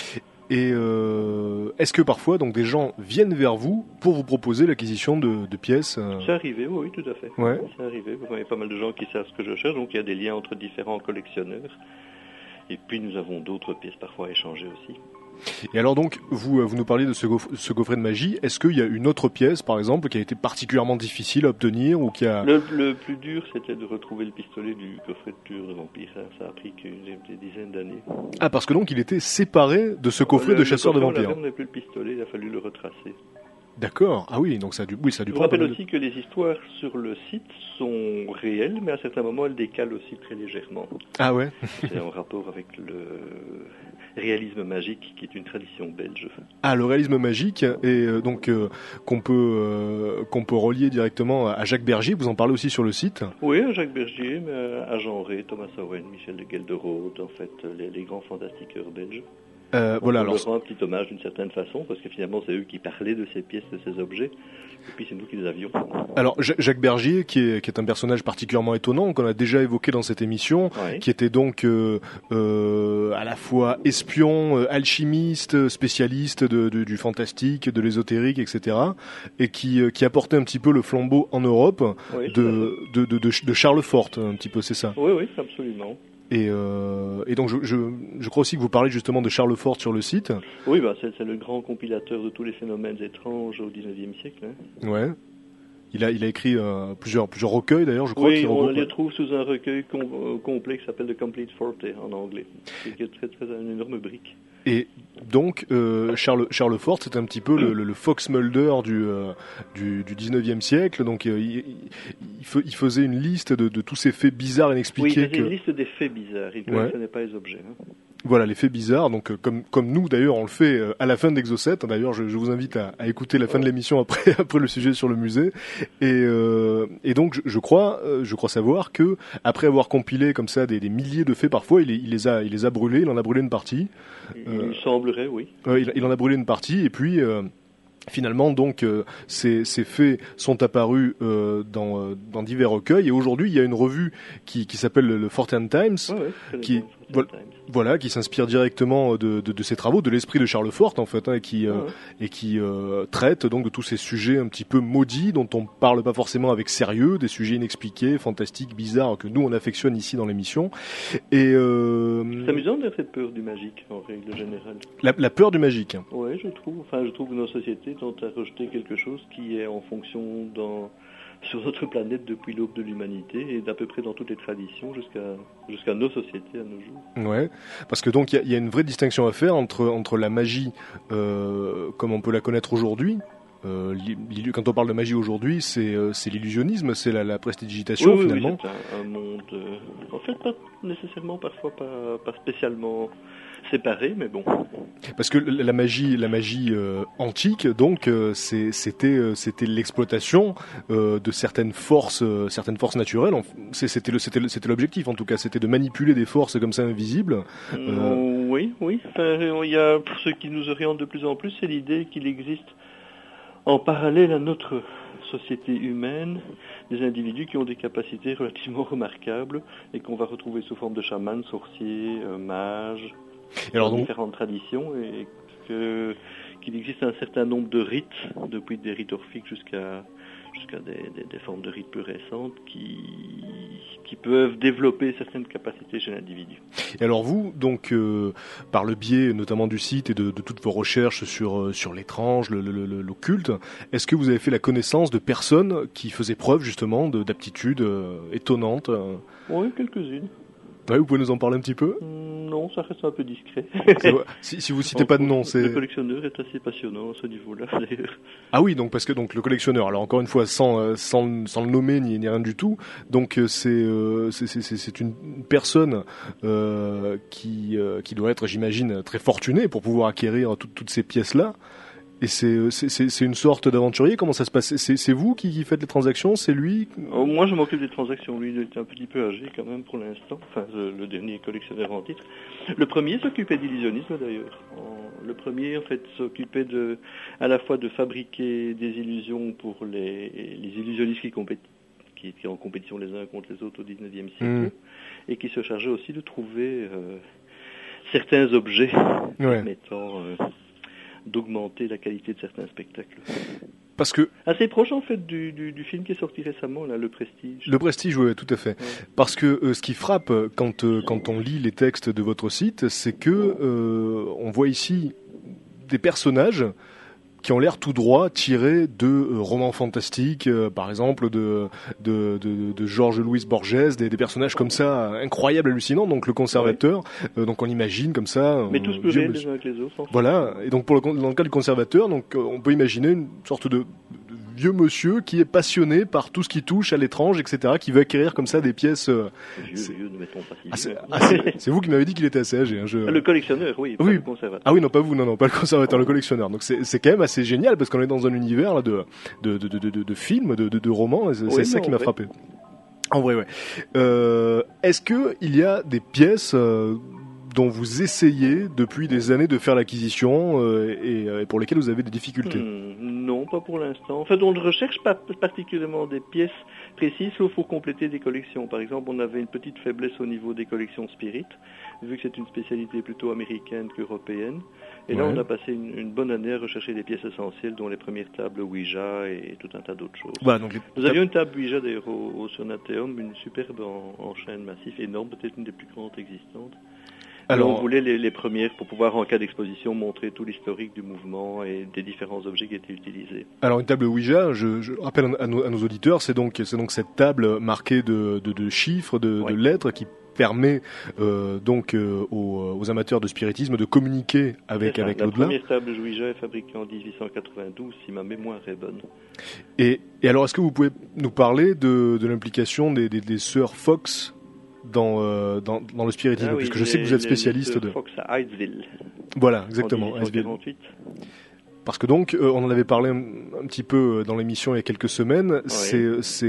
Et euh, est-ce que parfois donc des gens viennent vers vous pour vous proposer l'acquisition de, de pièces? euh... C'est arrivé, oui, tout à fait. Ouais. C'est arrivé. Il y a pas mal de gens qui savent ce que je cherche, donc il y a des liens entre différents collectionneurs. Et puis nous avons d'autres pièces parfois à échanger aussi. Et alors donc, vous, vous nous parliez de ce, gauf- ce coffret de magie. Est-ce qu'il y a une autre pièce, par exemple, qui a été particulièrement difficile à obtenir ou qui a... Le, le plus dur, c'était de retrouver le pistolet du coffret de tueur de vampire. Ça, ça a pris des dizaines d'années. Ah, parce que donc il était séparé de ce coffret le, de chasseur de vampires. On n'avait plus le pistolet, il a fallu le retracer. D'accord. Ah oui, donc ça a dû, oui, ça a dû Je vous prendre. rappelle de... aussi que les histoires sur le site sont réelles, mais à certains moments, elles décalent aussi très légèrement. Ah ouais. C'est en rapport avec le réalisme magique, qui est une tradition belge. Ah, le réalisme magique, et euh, donc euh, qu'on peut euh, qu'on peut relier directement à Jacques Bergier. Vous en parlez aussi sur le site. Oui, à Jacques Bergier, mais à Jean Rey, Thomas Owen, Michel de Gelderode, en fait, les, les grands fantastiqueurs belges. Euh, voilà, on alors... leur rend un petit hommage d'une certaine façon, parce que finalement c'est eux qui parlaient de ces pièces, de ces objets, et puis c'est nous qui les avions. Alors Jacques Bergier, qui est, qui est un personnage particulièrement étonnant, qu'on a déjà évoqué dans cette émission, ouais. qui était donc euh, euh, à la fois espion, euh, alchimiste, spécialiste de, de, du fantastique, de l'ésotérique, et cetera, et qui, euh, qui apportait un petit peu le flambeau en Europe oui, de, de, de, de, de Charles Fort, un petit peu, c'est ça? Oui, oui, absolument. Et, euh, et donc je, je, je crois aussi que vous parlez justement de Charles Fort sur le site. Oui, bah, c'est, c'est le grand compilateur de tous les phénomènes étranges au dix-neuvième siècle. Hein. Ouais. Il a, il a écrit euh, plusieurs, plusieurs recueils d'ailleurs, je crois. Oui, qui on regroupe... les trouve sous un recueil com- euh, complet qui s'appelle The Complete Forte en anglais. C'est très, très, une énorme brique. Et donc euh, Charles, Charles Fort, c'est un petit peu le, le, le Fox Mulder du, euh, du, du dix-neuvième siècle. Donc euh, il, il, fe, il faisait une liste de, de tous ces faits bizarres et inexpliqués. Oui, il faisait que... une liste des faits bizarres. Il ne collectionnait ouais. pas les objets. Hein. Voilà, les faits bizarres. Donc, euh, comme comme nous d'ailleurs, on le fait euh, à la fin d'Exocet. D'ailleurs, je, je vous invite à, à écouter la fin de l'émission après après le sujet sur le musée. Et euh, et donc, je, je crois euh, je crois savoir que après avoir compilé comme ça des, des milliers de faits, parfois, il, il les a il les a brûlés. Il en a brûlé une partie. Il euh, semblerait, oui. Euh, il, il en a brûlé une partie. Et puis. Euh, Finalement, donc, euh, ces, ces faits sont apparus euh, dans, euh, dans divers recueils. Et aujourd'hui, il y a une revue qui, qui s'appelle le Fortean Times, ouais, ouais, qui, voilà, voilà, qui s'inspire directement de, de, de ces travaux, de l'esprit de Charles Fort, en fait, hein, et qui, euh, ouais. et qui euh, traite donc de tous ces sujets un petit peu maudits, dont on parle pas forcément avec sérieux, des sujets inexpliqués, fantastiques, bizarres, que nous on affectionne ici dans l'émission. Et euh, c'est amusant d'avoir cette peur du magique, en règle générale. La, la peur du magique. Oui, je trouve. Enfin, je trouve que nos sociétés tendent à rejeter quelque chose qui est en fonction dans, sur notre planète depuis l'aube de l'humanité et d'à peu près dans toutes les traditions jusqu'à, jusqu'à nos sociétés à nos jours. Ouais, parce que donc il y, y a une vraie distinction à faire entre, entre la magie euh, comme on peut la connaître aujourd'hui. Euh, quand on parle de magie aujourd'hui, c'est, euh, c'est l'illusionnisme, c'est la, la prestidigitation oui, oui, finalement. Oui, c'est un, un monde, euh, en fait pas nécessairement, parfois pas, pas spécialement séparé, mais bon. Parce que la magie, la magie euh, antique, donc, euh, c'est, c'était, euh, c'était l'exploitation euh, de certaines forces, euh, certaines forces naturelles. C'est, c'était, le, c'était, le, c'était l'objectif, en tout cas, c'était de manipuler des forces comme ça invisibles. Euh... Oui, oui. Enfin, il y a ce qui nous oriente de plus en plus, c'est l'idée qu'il existe en parallèle à notre société humaine, des individus qui ont des capacités relativement remarquables et qu'on va retrouver sous forme de chamans, sorciers, euh, mages, et alors, dans donc... différentes traditions, et que, qu'il existe un certain nombre de rites, depuis des rites orphiques jusqu'à, jusqu'à des, des, des formes de rites plus récentes, qui, qui peuvent développer certaines capacités chez l'individu. Et alors vous, donc, euh, par le biais notamment du site et de, de toutes vos recherches sur, sur l'étrange, le, le, le, l'occulte, est-ce que vous avez fait la connaissance de personnes qui faisaient preuve justement de, d'aptitudes euh, étonnantes euh... Oui, quelques-unes. Ouais, vous pouvez nous en parler un petit peu ? Non, ça reste un peu discret. si, si vous citez pas de nom, c'est... Le collectionneur est assez passionnant à ce niveau-là, d'ailleurs. Ah oui, donc parce que donc le collectionneur, alors encore une fois, sans sans, sans le nommer ni, ni rien du tout, donc c'est euh, c'est, c'est, c'est une personne euh, qui euh, qui doit être, j'imagine, très fortunée pour pouvoir acquérir tout, toutes ces pièces-là. Et c'est, c'est, c'est, c'est une sorte d'aventurier. Comment ça se passe ? C'est, c'est vous qui, qui faites les transactions ? C'est lui ? Oh, moi, je m'occupe des transactions. Lui, il était un petit peu âgé quand même pour l'instant. Enfin, le, le dernier collectionneur en titre. Le premier s'occupait d'illusionnisme d'ailleurs. Le premier, en fait, s'occupait de, à la fois de fabriquer des illusions pour les, les illusionnistes qui compétissent, qui étaient en compétition les uns contre les autres au dix-neuvième siècle, mmh. et qui se chargeait aussi de trouver euh, certains objets ouais. permettant euh, d'augmenter la qualité de certains spectacles. Parce que assez proche en fait du, du, du film qui est sorti récemment, là, Le Prestige. Le Prestige, oui, tout à fait. Ouais. Parce que euh, ce qui frappe quand euh, quand on lit les textes de votre site, c'est que euh, on voit ici des personnages qui ont l'air tout droit tirés de euh, romans fantastiques, euh, par exemple de de de, de George Louis Borges, des, des personnages comme ça euh, incroyables, hallucinants. Donc le conservateur, ouais. euh, donc on imagine comme ça. Mais tous plus réels les uns avec les autres. Voilà. Et donc pour le dans le cas du conservateur, donc euh, on peut imaginer une sorte de vieux monsieur qui est passionné par tout ce qui touche à l'étrange, et cetera, qui veut acquérir comme ça des pièces. Euh, vieux, vieux, ne mettons pas si ah, c'est, vieux. ah, c'est, c'est vous qui m'avez dit qu'il était assez âgé. Hein, je... Le collectionneur, oui, pas oui. le conservateur. Ah oui, non, pas vous, non, non, pas le conservateur, le collectionneur. Donc c'est, c'est quand même assez génial parce qu'on est dans un univers là de de de de, de, de films, de, de, de romans. C'est, oui, c'est ça qui m'a vrai. frappé. En vrai, ouais. Euh, est-ce que il y a des pièces euh, dont vous essayez depuis des années de faire l'acquisition euh, et, et pour lesquelles vous avez des difficultés? hmm, Non, pas pour l'instant. En fait, on ne recherche pas particulièrement des pièces précises, sauf pour compléter des collections. Par exemple, on avait une petite faiblesse au niveau des collections Spirit, vu que c'est une spécialité plutôt américaine qu'européenne. Et là, ouais. on a passé une, une bonne année à rechercher des pièces essentielles, dont les premières tables Ouija et tout un tas d'autres choses. Bah, donc les... Nous avions une table Ouija d'ailleurs au, au Sonateum, une superbe en, en chêne massif, énorme, peut-être une des plus grandes existantes. Alors, on voulait les, les premières pour pouvoir, en cas d'exposition, montrer tout l'historique du mouvement et des différents objets qui étaient utilisés. Alors, une table Ouija, je, je rappelle à nos, à nos auditeurs, c'est donc, c'est donc cette table marquée de, de, de chiffres, de, ouais. de lettres, qui permet euh, donc euh, aux, aux amateurs de spiritisme de communiquer avec, avec l'au-delà. La première table Ouija est fabriquée en dix-huit cent quatre-vingt-douze, si ma mémoire est bonne. Et, et alors, est-ce que vous pouvez nous parler de, de l'implication des, des, des sœurs Fox dans, euh, dans, dans le spiritisme, ah oui, puisque je les, sais que vous êtes spécialiste les de... Fox à Hydesville. Voilà, exactement. En dix-huit cent quarante-huit. Parce que donc, euh, on en avait parlé un, un petit peu dans l'émission il y a quelques semaines, ouais. c'est, c'est,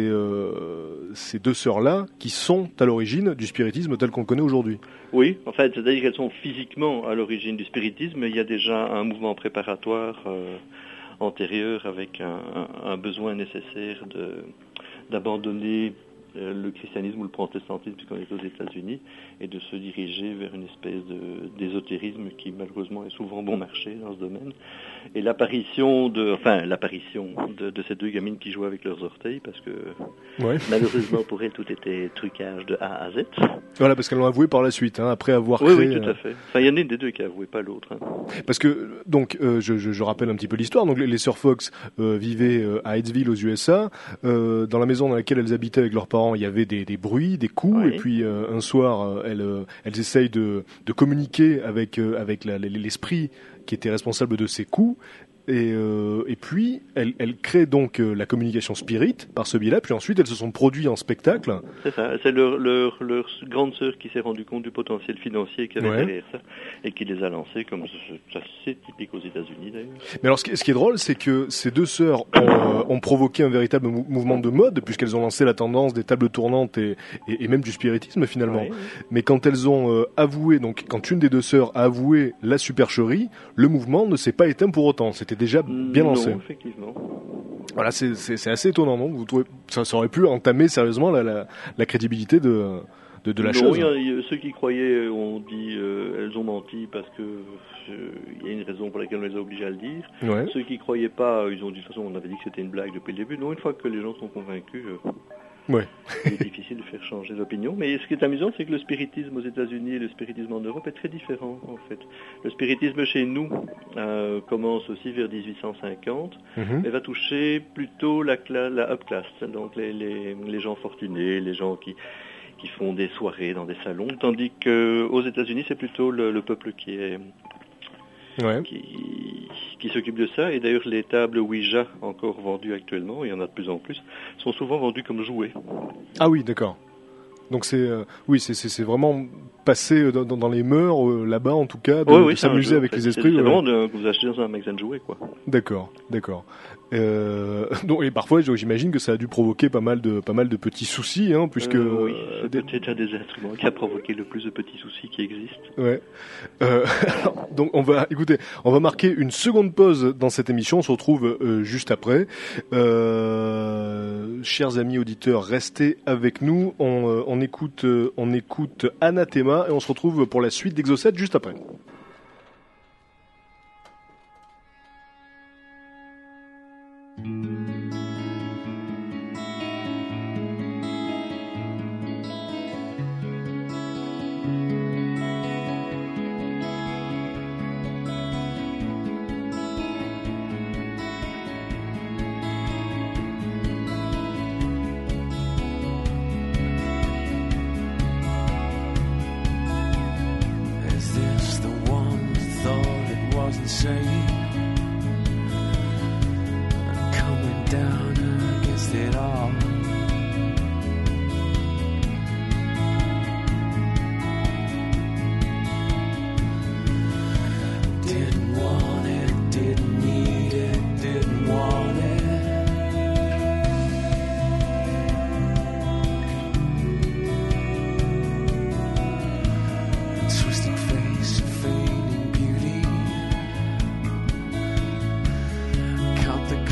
euh, ces deux sœurs-là qui sont à l'origine du spiritisme tel qu'on le connaît aujourd'hui. Oui, en fait, c'est-à-dire qu'elles sont physiquement à l'origine du spiritisme, mais il y a déjà un mouvement préparatoire euh, antérieur avec un, un, un besoin nécessaire de, d'abandonner le christianisme ou le protestantisme puisqu'on est aux États-Unis et de se diriger vers une espèce de, d'ésotérisme qui malheureusement est souvent bon marché dans ce domaine. Et l'apparition de, enfin l'apparition de, de ces deux gamines qui jouaient avec leurs orteils parce que ouais. malheureusement pour elles tout était trucage de A à Z. Voilà, parce qu'elles l'ont avoué par la suite, hein, après avoir oui, créé... Oui, tout à fait. Enfin, il y en a une des deux qui a avoué, pas l'autre. Hein. Parce que, donc, euh, je, je, je rappelle un petit peu l'histoire. Donc, les, les sœurs Fox euh, vivaient euh, à Hydesville aux U S A. Euh, dans la maison dans laquelle elles habitaient avec leurs parents, il y avait des, des bruits, des coups. Oui. Et puis, euh, un soir, euh, elles, euh, elles essayent de, de communiquer avec, euh, avec la, l'esprit qui était responsable de ces coups. Et, euh, et puis, elle, elle crée donc euh, la communication spirit par ce biais-là, puis ensuite elles se sont produites en spectacle. C'est ça, c'est leur, leur, leur grande sœur qui s'est rendue compte du potentiel financier qu'il y avait ouais. derrière ça, et qui les a lancés, comme c'est assez typique aux États-Unis d'ailleurs. Mais alors ce qui, ce qui est drôle, c'est que ces deux sœurs ont, euh, ont provoqué un véritable mou- mouvement de mode, puisqu'elles ont lancé la tendance des tables tournantes et, et, et même du spiritisme finalement. Ouais. Mais quand elles ont euh, avoué, donc quand une des deux sœurs a avoué la supercherie, le mouvement ne s'est pas éteint pour autant. C'était déjà bien lancé. Non, effectivement. Voilà, c'est, c'est, c'est assez étonnant, non? Vous trouvez, ça, ça aurait pu entamer sérieusement la, la, la crédibilité de, de, de la non, chose. Non, ceux qui croyaient ont dit euh, elles ont menti parce que il euh, y a une raison pour laquelle on les a obligés à le dire. Ouais. Ceux qui croyaient pas, ils ont dit de toute façon on avait dit que c'était une blague depuis le début. Non, une fois que les gens sont convaincus. Euh, Ouais. Il est difficile de faire changer d'opinion, mais ce qui est amusant, c'est que le spiritisme aux États-Unis et le spiritisme en Europe est très différent, en fait. Le spiritisme chez nous euh, commence aussi vers dix-huit cent cinquante, mm-hmm. et va toucher plutôt la, cla- la up class, donc les, les, les gens fortunés, les gens qui, qui font des soirées dans des salons, tandis qu'aux États-Unis, c'est plutôt le, le peuple qui est... Ouais. Qui, qui s'occupe de ça, et d'ailleurs les tables Ouija encore vendues actuellement, il y en a de plus en plus, sont souvent vendues comme jouets. Ah oui, d'accord. Donc c'est euh, oui, c'est, c'est c'est vraiment passé dans, dans les mœurs euh, là-bas en tout cas de, oui, oui, de s'amuser jeu, avec en fait. les esprits. C'est, c'est ouais. vraiment de, que vous achetez dans un magasin de jouets, quoi. D'accord, d'accord. Euh, donc et parfois j'imagine que ça a dû provoquer pas mal de pas mal de petits soucis, hein, puisque euh, oui, c'est euh, peut-être un des instruments qui a provoqué le plus de petits soucis qui existent. Ouais. Euh, alors, donc on va écoutez, on va marquer une seconde pause dans cette émission. On se retrouve euh, juste après. Euh, chers amis auditeurs, restez avec nous. On, euh, on écoute euh, on écoute Anathema et on se retrouve pour la suite d'Exocet juste après.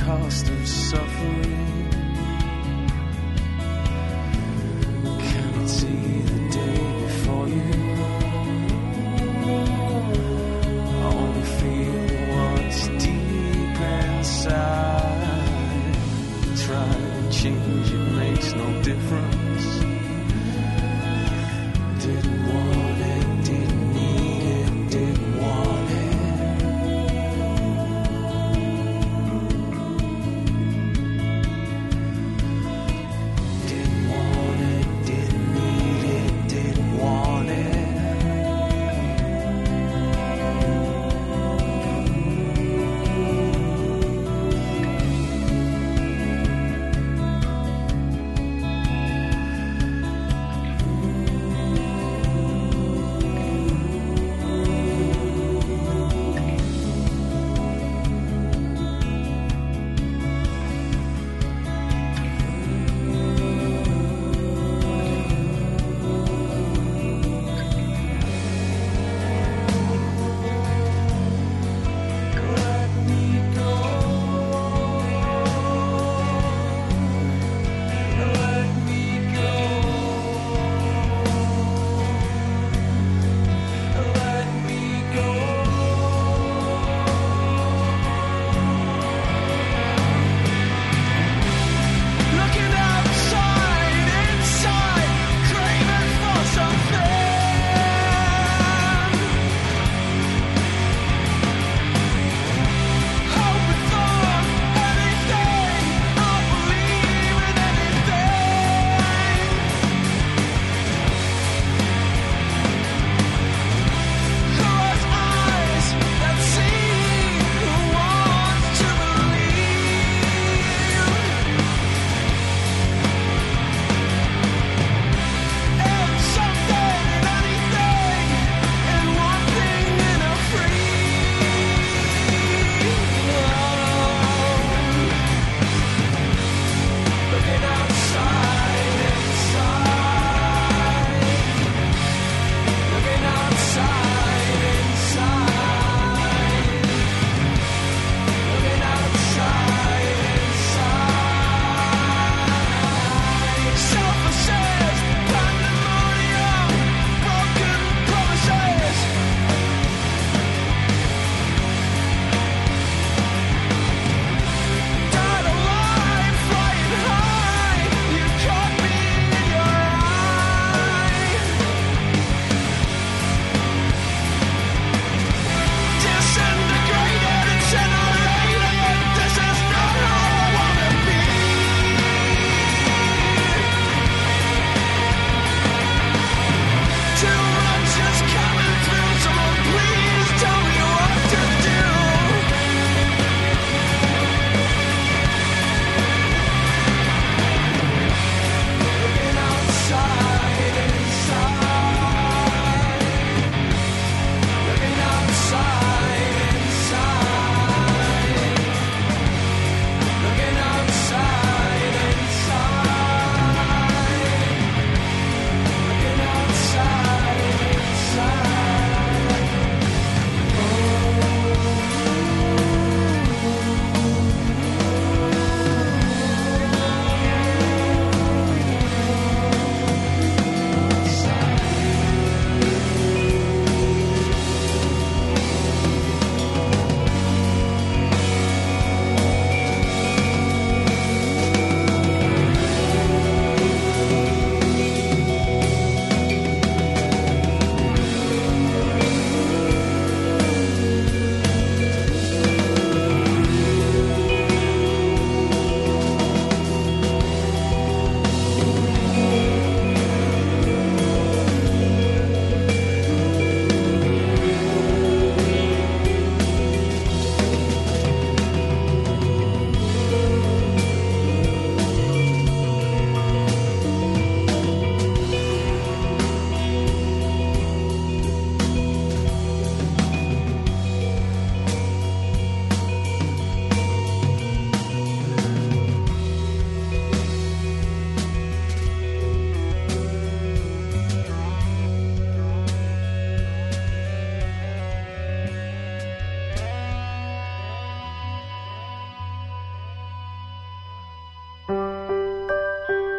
cost of suffering. Cannot see the day before you. Only feel what's deep inside. Try to change, it makes no difference. Didn't want it, didn't need it, didn't want it.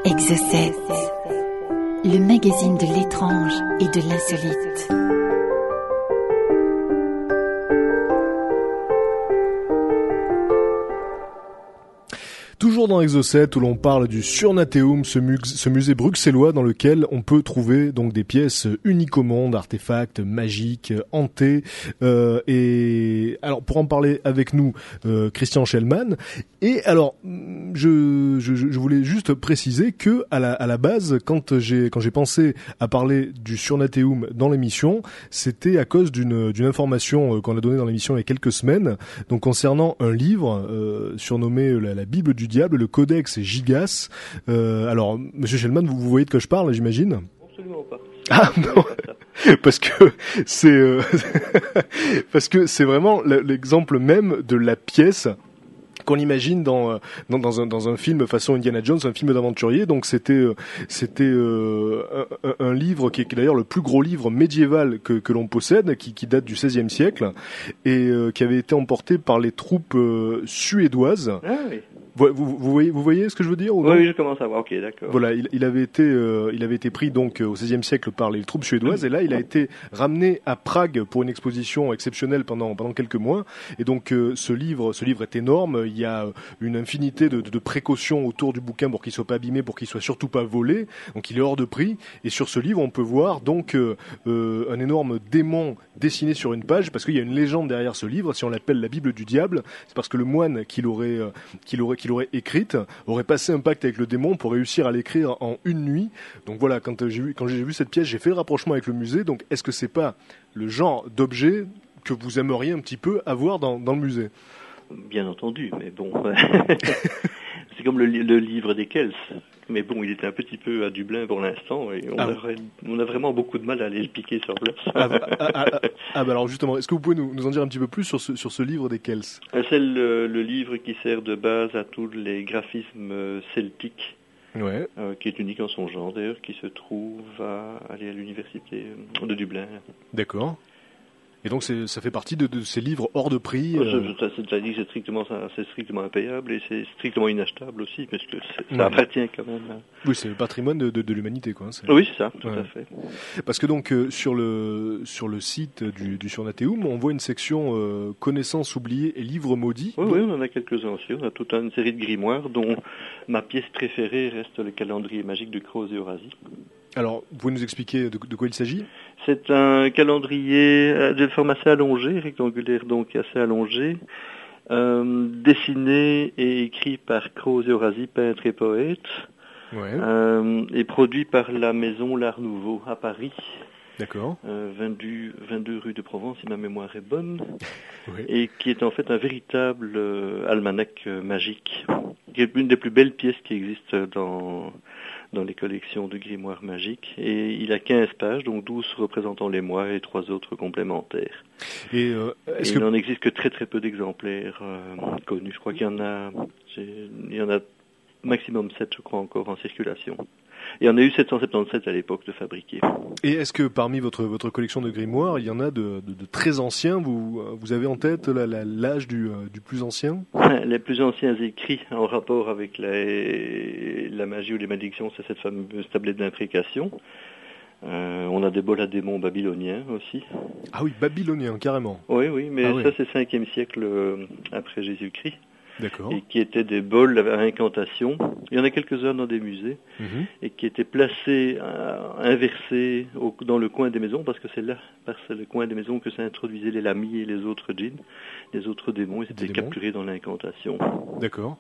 Exocet, le magazine de l'étrange et de l'insolite. Toujours dans Exocet, où l'on parle du Surnateum, ce, mu- ce musée bruxellois dans lequel on peut trouver donc des pièces uniques au monde, artefacts magiques, hantés. Euh, et alors pour en parler avec nous, euh, Christian Schellmann. Et alors, je, je, je voulais juste préciser que à la, à la base, quand j'ai quand j'ai pensé à parler du Surnateum dans l'émission, c'était à cause d'une d'une information qu'on a donnée dans l'émission il y a quelques semaines, donc concernant un livre euh, surnommé la, la Bible du diable, le Codex Gigas. Euh, alors, Monsieur Schellmann, vous, vous voyez de quoi je parle, j'imagine ? Absolument pas. Ah non, parce que c'est euh, parce que c'est vraiment l'exemple même de la pièce qu'on imagine dans, dans dans un dans un film façon Indiana Jones, un film d'aventurier. Donc c'était c'était euh, un, un livre qui est d'ailleurs le plus gros livre médiéval que que l'on possède, qui qui date du seizième siècle et euh, qui avait été emporté par les troupes euh, suédoises. Ah oui. Vous, vous, vous voyez, vous voyez ce que je veux dire ou non ? Oui, je commence à voir. Ok, d'accord. Voilà, il, il avait été, euh, il avait été pris donc au seizième siècle par les troupes suédoises, et là, il a été ramené à Prague pour une exposition exceptionnelle pendant pendant quelques mois. Et donc, euh, ce livre, ce livre est énorme. Il y a une infinité de, de, de précautions autour du bouquin pour qu'il soit pas abîmé, pour qu'il soit surtout pas volé. Donc, il est hors de prix. Et sur ce livre, on peut voir donc euh, euh, un énorme démon dessiné sur une page, parce qu'il y a une légende derrière ce livre. Si on l'appelle la Bible du diable, c'est parce que le moine qui l'aurait, euh, qui l'aurait, qui l'aurait écrite aurait passé un pacte avec le démon pour réussir à l'écrire en une nuit. Donc voilà, quand j'ai vu, quand j'ai vu cette pièce, j'ai fait le rapprochement avec le musée. Donc est-ce que c'est pas le genre d'objet que vous aimeriez un petit peu avoir dans, dans le musée ? Bien entendu, mais bon, c'est comme le, le livre des Kells. Mais bon, il était un petit peu à Dublin pour l'instant et on, ah. aurait, on a vraiment beaucoup de mal à aller le piquer sur place. Ah, ah, ah, ah, ah bah alors justement, est-ce que vous pouvez nous, nous en dire un petit peu plus sur ce, sur ce livre des Kells ? C'est le, le livre qui sert de base à tous les graphismes celtiques, ouais. euh, qui est unique en son genre d'ailleurs, qui se trouve à aller à l'université de Dublin. D'accord. Et donc c'est, ça fait partie de, de ces livres hors de prix. Euh... Euh... C'est-à-dire que c'est strictement, c'est strictement impayable et c'est strictement inachetable aussi, parce que ça ouais. appartient quand même. À... Oui, c'est le patrimoine de, de, de l'humanité, quoi. C'est... Oui, c'est ça, tout ouais. à fait. Parce que donc euh, sur le sur le site du, du Surnateum, on voit une section euh, connaissances oubliées et livres maudits. Oui, donc... oui, on en a quelques-uns aussi. On a toute une série de grimoires, dont ma pièce préférée reste le calendrier magique de Kroos et Horasie. Alors, vous pouvez nous expliquer de, de quoi il s'agit ? C'est un calendrier de forme assez allongée, rectangulaire donc assez allongé, euh, dessiné et écrit par Kroos et Horasie, peintre et poète, ouais. euh, et produit par la maison L'Art Nouveau à Paris. D'accord. Euh, vingt-deux, vingt-deux rue de Provence, si ma mémoire est bonne, oui. Et qui est en fait un véritable euh, almanach euh, magique, qui est une des plus belles pièces qui existent dans... dans les collections de grimoires magiques, et il a quinze pages, donc douze représentant les mois et trois autres complémentaires. Et, euh, est-ce et que... il n'en existe que très très peu d'exemplaires euh, connus. Je crois qu'il y en a, il y en a maximum sept, je crois, encore en circulation. Il y en a eu sept cent soixante-dix-sept à l'époque de fabriquer. Et est-ce que parmi votre votre collection de grimoires, il y en a de, de, de très anciens ? Vous vous avez en tête la, la, l'âge du, du plus ancien ? Les plus anciens écrits en rapport avec la, la magie ou les malédictions, c'est cette fameuse tablette d'imprécation. Euh, on a des bols à démons babyloniens aussi. Ah oui, babyloniens, carrément. Oui, oui, mais ah ça oui. c'est cinquième siècle euh, après Jésus-Christ. D'accord. Et qui étaient des bols à incantation. Il y en a quelques-uns dans des musées, mm-hmm. et qui étaient placés, euh, inversés au, dans le coin des maisons, parce que c'est là, parce que c'est le coin des maisons que s'introduisaient les lamis et les autres djinns, les autres démons, ils étaient capturés dans l'incantation. D'accord.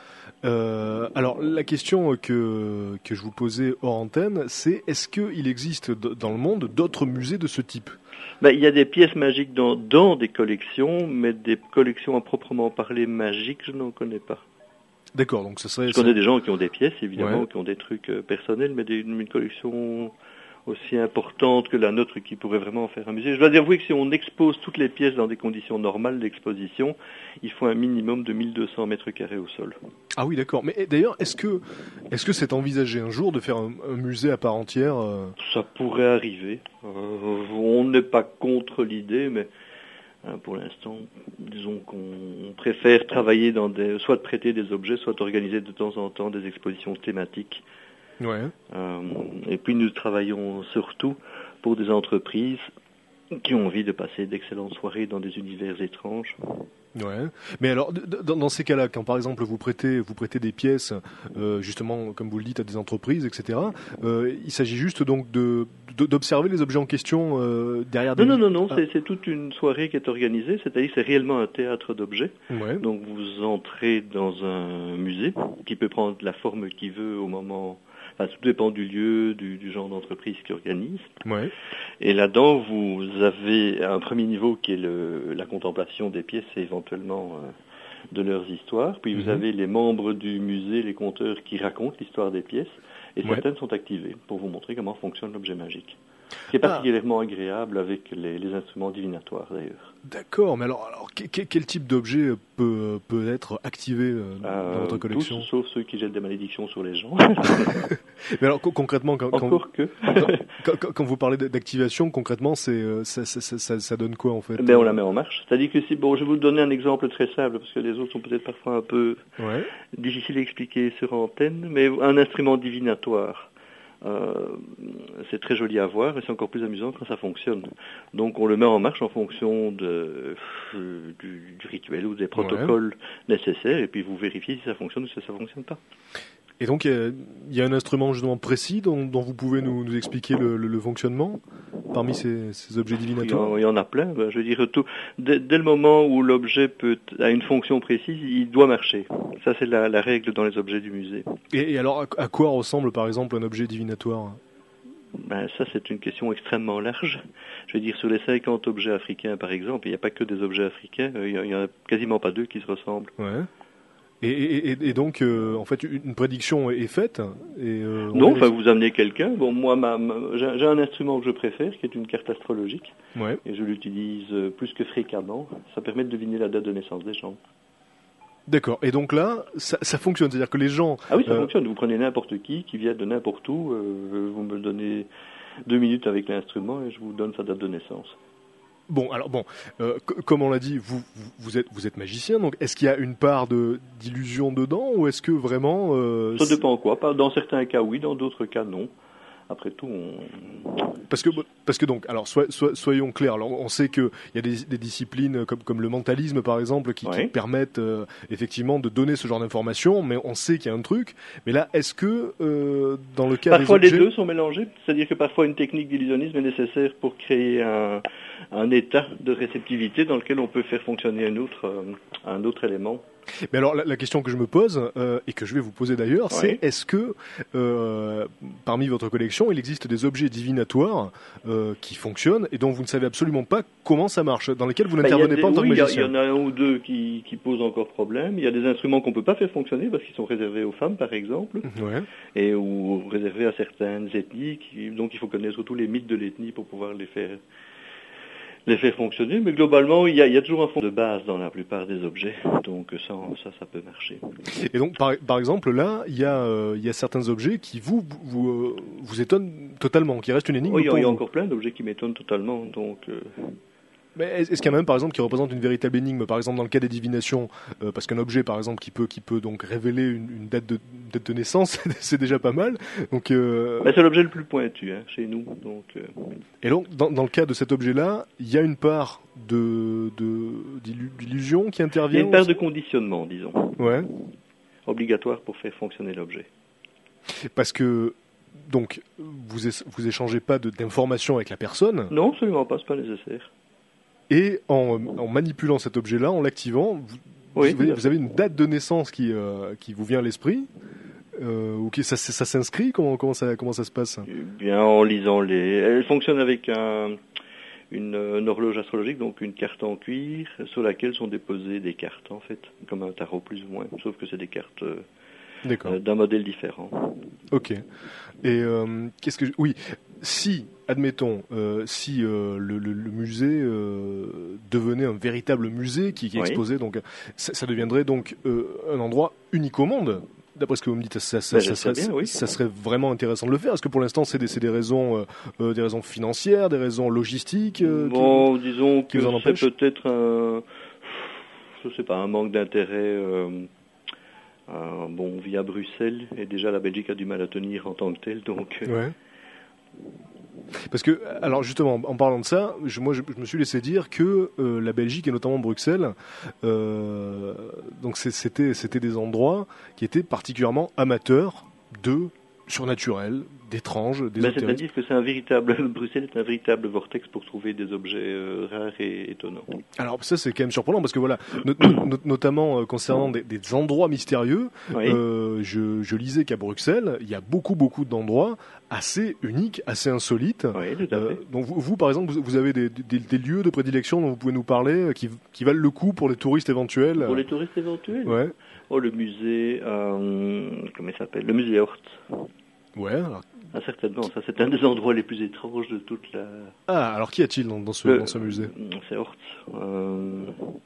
Euh, alors la question que que je vous posais hors antenne, c'est est-ce qu'il existe d- dans le monde d'autres musées de ce type ? Ben, il y a des pièces magiques dans, dans des collections, mais des collections à proprement parler magiques, je n'en connais pas. D'accord, donc ce serait... Je connais des gens qui ont des pièces, évidemment, ouais. qui ont des trucs euh, personnels, mais des, une collection aussi importante que la nôtre qui pourrait vraiment faire un musée. Je dois avouer que si on expose toutes les pièces dans des conditions normales d'exposition, il faut un minimum de mille deux cents mètres carrés au sol. Ah oui, d'accord. Mais d'ailleurs, est-ce que est-ce que c'est envisagé un jour de faire un, un musée à part entière euh... Ça pourrait arriver. Euh, on n'est pas contre l'idée, mais euh, pour l'instant, disons qu'on préfère travailler dans des, soit de prêter des objets, soit d'organiser de temps en temps des expositions thématiques Ouais. Euh, et puis nous travaillons surtout pour des entreprises qui ont envie de passer d'excellentes soirées dans des univers étranges. Ouais. Mais alors, d- d- dans dans ces cas-là, quand par exemple vous prêtez, vous prêtez des pièces, euh, justement, comme vous le dites, à des entreprises, et cetera. Euh, il s'agit juste donc de de- d'observer les objets en question euh, derrière des. Non, non, non, non, Ah. c'est, c'est toute une soirée qui est organisée, c'est-à-dire que c'est réellement un théâtre d'objets. Ouais. Donc vous entrez dans un musée qui peut prendre la forme qu'il veut au moment... Enfin, tout dépend du lieu, du, du genre d'entreprise qui organise. Ouais. Et là-dedans, vous avez un premier niveau qui est le, la contemplation des pièces et éventuellement euh, de leurs histoires. Puis vous Mhm. avez les membres du musée, les conteurs qui racontent l'histoire des pièces. Et Ouais. certaines sont activées pour vous montrer comment fonctionne l'objet magique. Ce qui est Ah. particulièrement agréable avec les, les instruments divinatoires d'ailleurs. D'accord. Mais alors, alors que- que- quel type d'objet peut peut être activé euh, dans Euh, votre collection? tous, sauf ceux qui jettent des malédictions sur les gens. Mais alors co- concrètement, quand, quand, Encore que. quand, quand- quand vous parlez d'activation, concrètement, c'est euh, ça, ça, ça, ça- ça donne quoi en fait? Ben, on la met en marche. C'est-à-dire que si, bon, je vais vous donner un exemple très simple, parce que les autres sont peut-être parfois un peu Ouais. difficiles à expliquer sur antenne, mais un instrument divinatoire, euh, c'est très joli à voir et c'est encore plus amusant quand ça fonctionne. Donc on le met en marche en fonction de, euh, du, du rituel ou des protocoles nécessaires, et puis vous vérifiez si ça fonctionne ou si ça fonctionne pas. Et donc, il y a- il y a un instrument justement précis dont, dont vous pouvez nous, nous expliquer le, le- le fonctionnement parmi ces, ces objets Il y, divinatoires? en, il y en a plein. Ben, je veux dire, tout, dès, dès le moment où l'objet peut a une fonction précise, il doit marcher. Ça, c'est la, la règle dans les objets du musée. Et, et alors, à, à quoi ressemble par exemple un objet divinatoire? Ben, ça, c'est une question extrêmement large. Je veux dire, sur les cinquante objets africains, par exemple, il n'y a pas que des objets africains. euh, Il n'y en a quasiment pas deux qui se ressemblent. Ouais. Et, et, et- et donc, euh, en fait, une prédiction est faite. Et, euh, on Non, vérifie- enfin, vous amenez quelqu'un. Bon, moi, ma, ma- j'ai j'ai un instrument que je préfère, qui est une carte astrologique, Ouais. et je l'utilise euh, plus que fréquemment. Ça permet de deviner la date de naissance des gens. D'accord. Et donc là, ça, ça fonctionne. C'est-à-dire que les gens. Ah oui, ça Euh, fonctionne. Vous prenez n'importe qui, qui vient de n'importe où, euh, vous me donnez deux minutes avec l'instrument et je vous donne sa date de naissance. Bon, alors bon, euh, c- comme on l'a dit, vous, vous, vous êtes, vous êtes magicien. Donc, est-ce qu'il y a une part de d'illusion dedans, ou est-ce que vraiment euh, Ça c'est- dépend quoi. Pas- Dans certains cas, oui. Dans d'autres cas, non. Après tout, on... Parce que, parce que donc, alors so- so- soyons clairs. Alors, on sait qu'il y a des, des disciplines comme, comme le mentalisme, par exemple, qui, qui Ouais. permettent euh, effectivement de donner ce genre d'informations, mais on sait qu'il y a un truc. Mais là, est-ce que euh, dans le cas Parfois, des objets, les deux sont mélangés. C'est-à-dire que parfois, une technique d'illusionnisme est nécessaire pour créer un, un état de réceptivité dans lequel on peut faire fonctionner un autre, euh, un autre élément. mais alors la, la question que je me pose euh, et que je vais vous poser d'ailleurs, c'est Ouais. est-ce que euh, parmi votre collection, il existe des objets divinatoires euh, qui fonctionnent et dont vous ne savez absolument pas comment ça marche, dans lesquels vous Ben, il y a n'intervenez des- pas en tant oui, que il y a- magicien? il y en a un ou deux qui, qui posent encore problème. Il y a des instruments qu'on peut pas faire fonctionner parce qu'ils sont réservés aux femmes, par exemple, Ouais. et ou réservés à certaines ethnies. Qui, donc, il faut connaître tous les mythes de l'ethnie pour pouvoir les faire les faire fonctionner. Mais globalement, il y a, il y a toujours un fond de base dans la plupart des objets. Donc, ça, ça, ça peut marcher. Et donc, par, par exemple, là, il y a, euh, il y a certains objets qui vous vous, euh, vous étonnent totalement, qui restent une énigme Oh, il y a, pour il y a vous. encore plein d'objets qui m'étonnent totalement. Donc, euh, Mais est-ce est-ce qu'il y en a même, par exemple, qui représente une véritable énigme? Par exemple, dans le cas des divinations, euh, parce qu'un objet, par exemple, qui peut, qui peut donc révéler une, une date, de, date de naissance, c'est déjà pas mal. Donc, euh, ben, c'est l'objet le plus pointu hein, chez nous. Donc, euh, et donc, dans, dans le cas de cet objet-là, il y a une part de de- d'illu- d'illusion qui il y a intervient. une part aussi de conditionnement, disons, Ouais. obligatoire pour faire fonctionner l'objet. Parce que donc vous é- vous échangez pas de- d'informations avec la personne. Non, absolument pas, c'est pas nécessaire. Et en, en manipulant cet objet-là, en l'activant, vous, Oui, vous, avez, vous avez une date de naissance qui, euh, qui vous vient à l'esprit, euh, ou qui ça, ça s'inscrit. Comment, comment ça comment ça se passe? Eh bien, en lisant les... Elle fonctionne avec un, une, une horloge astrologique, donc une carte en cuir, sur laquelle sont déposées des cartes, en fait, comme un tarot plus ou moins, sauf que c'est des cartes euh, D'accord. euh, d'un modèle différent. Ok. Et euh, qu'est-ce que je- oui, si admettons, euh, si euh, le, le- le musée euh, devenait un véritable musée qui, qui Oui. exposait, donc ça, ça deviendrait donc euh, un endroit unique au monde. D'après ce que vous me dites, ça, ça, Ben, ça j'espère serait, bien, oui. ça serait vraiment intéressant de le faire. Est-ce que pour l'instant, c'est des, c'est des raisons, euh, euh, des raisons financières, des raisons logistiques euh, qui- Bon, disons qui que vous en c'est empêche peut-être un... Je sais pas, un manque d'intérêt... euh, euh, bon, on vit à Bruxelles et déjà la Belgique a du mal à tenir en tant que telle. Donc, euh, Ouais. Parce que, alors justement, en parlant de ça, je, moi je, je me suis laissé dire que euh, la Belgique et notamment Bruxelles, euh, donc c'est- c'était c'était des endroits qui étaient particulièrement amateurs de surnaturel, d'étrange, ben, d'ésotérique. c'est-à-dire que c'est un véritable Bruxelles est un véritable vortex pour trouver des objets euh, rares et étonnants. Alors ça c'est quand même surprenant parce que voilà, no- no- no- notamment euh, concernant des, des endroits mystérieux, Oui. euh, je, je lisais qu'à Bruxelles, il y a beaucoup beaucoup d'endroits assez uniques, assez insolites. Oui, tout à Euh, fait. donc vous, vous, par exemple, vous, vous avez des, des- des lieux de prédilection dont vous pouvez nous parler euh, qui, qui valent le coup pour les touristes éventuels. Pour les touristes éventuels. Ouais, Oh, le musée, euh, comment il s'appelle? Le musée Hortz. ouais. Alors, Ah, certainement, ça c'est un des endroits les plus étranges de toute la... ah, alors qu'y a-t-il dans, dans ce, Le- dans ce musée? C'est Hortz. Euh,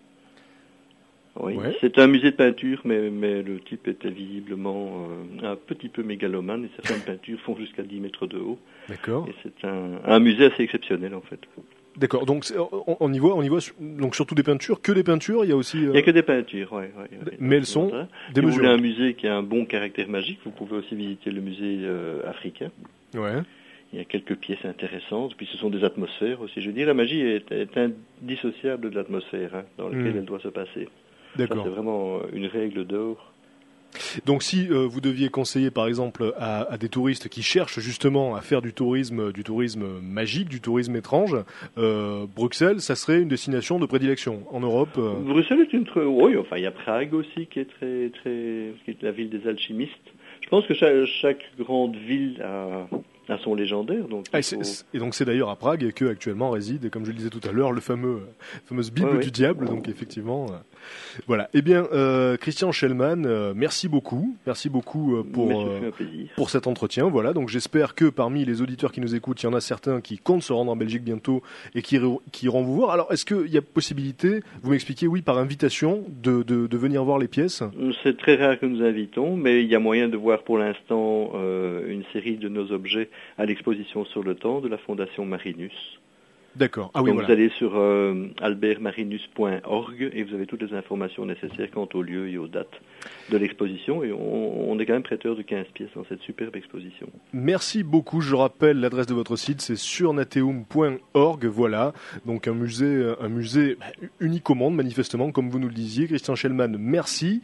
Oui, Ouais. c'est un musée de peinture, mais, mais le type était visiblement euh, un petit peu mégalomane, et certaines peintures font jusqu'à dix mètres de haut, D'accord. et c'est un, un musée assez exceptionnel en fait. D'accord. Donc c'est- on, on y voit, on y voit su- donc surtout des peintures, que des peintures. Il y a aussi. Il euh, n'y a que des peintures, oui. Ouais, ouais, mais elles sont Si vous démesurées. voulez un musée qui a un bon caractère magique, vous pouvez aussi visiter le musée euh, africain. Ouais. Il y a quelques pièces intéressantes, puis ce sont des atmosphères aussi. Je veux dire, la magie est, est indissociable de l'atmosphère hein, dans laquelle Mm. elle doit se passer. Ça, D'accord. c'est vraiment une règle d'or. Donc si euh, vous deviez conseiller par exemple à, à des touristes qui cherchent justement à faire du tourisme, du tourisme magique, du tourisme étrange, euh, Bruxelles, ça serait une destination de prédilection en Europe. euh. Bruxelles est une très... Oui, enfin, il y a Prague aussi qui est très, très... qui est la ville des alchimistes. Je pense que chaque, chaque grande ville a, a son légendaire. Donc Ah, il et, c'est- faut- c'est- et donc c'est d'ailleurs à Prague que actuellement réside, comme je le disais tout à l'heure, le fameux fameuse Bible Ouais, ouais. du diable. Donc effectivement, euh, voilà. Eh bien, euh, Christian Schellmann, euh, merci beaucoup, merci beaucoup euh, pour Mais ce euh, fut un plaisir. pour cet entretien. Voilà, donc j'espère que parmi les auditeurs qui nous écoutent, il y en a certains qui comptent se rendre en Belgique bientôt et qui, re- qui iront vous voir. Alors, est-ce qu'il y a possibilité, vous m'expliquez, oui, par invitation, de, de, de venir voir les pièces? C'est très rare que nous invitons, mais il y a moyen de voir pour l'instant euh, une série de nos objets à l'exposition sur le temps de la Fondation Marinus. D'accord. Ah oui, Donc voilà. vous allez sur euh, albert marinus point org et vous avez toutes les informations nécessaires quant au lieu et aux dates de l'exposition. Et on, on est quand même prêteur de quinze pièces dans cette superbe exposition. Merci beaucoup. Je rappelle l'adresse de votre site, c'est surnateum point org. Voilà, donc un musée, un musée bah, unique au monde, manifestement, comme vous nous le disiez. Christian Schellmann, merci.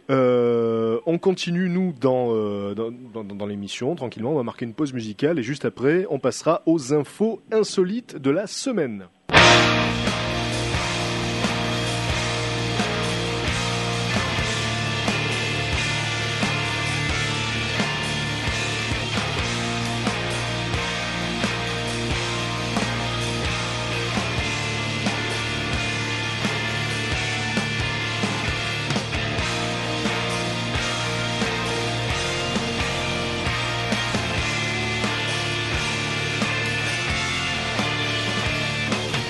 Euh, on continue nous dans, euh, dans, dans, dans l'émission tranquillement. On va marquer une pause musicale et juste après, on passera aux infos insolites de la semaine. Thank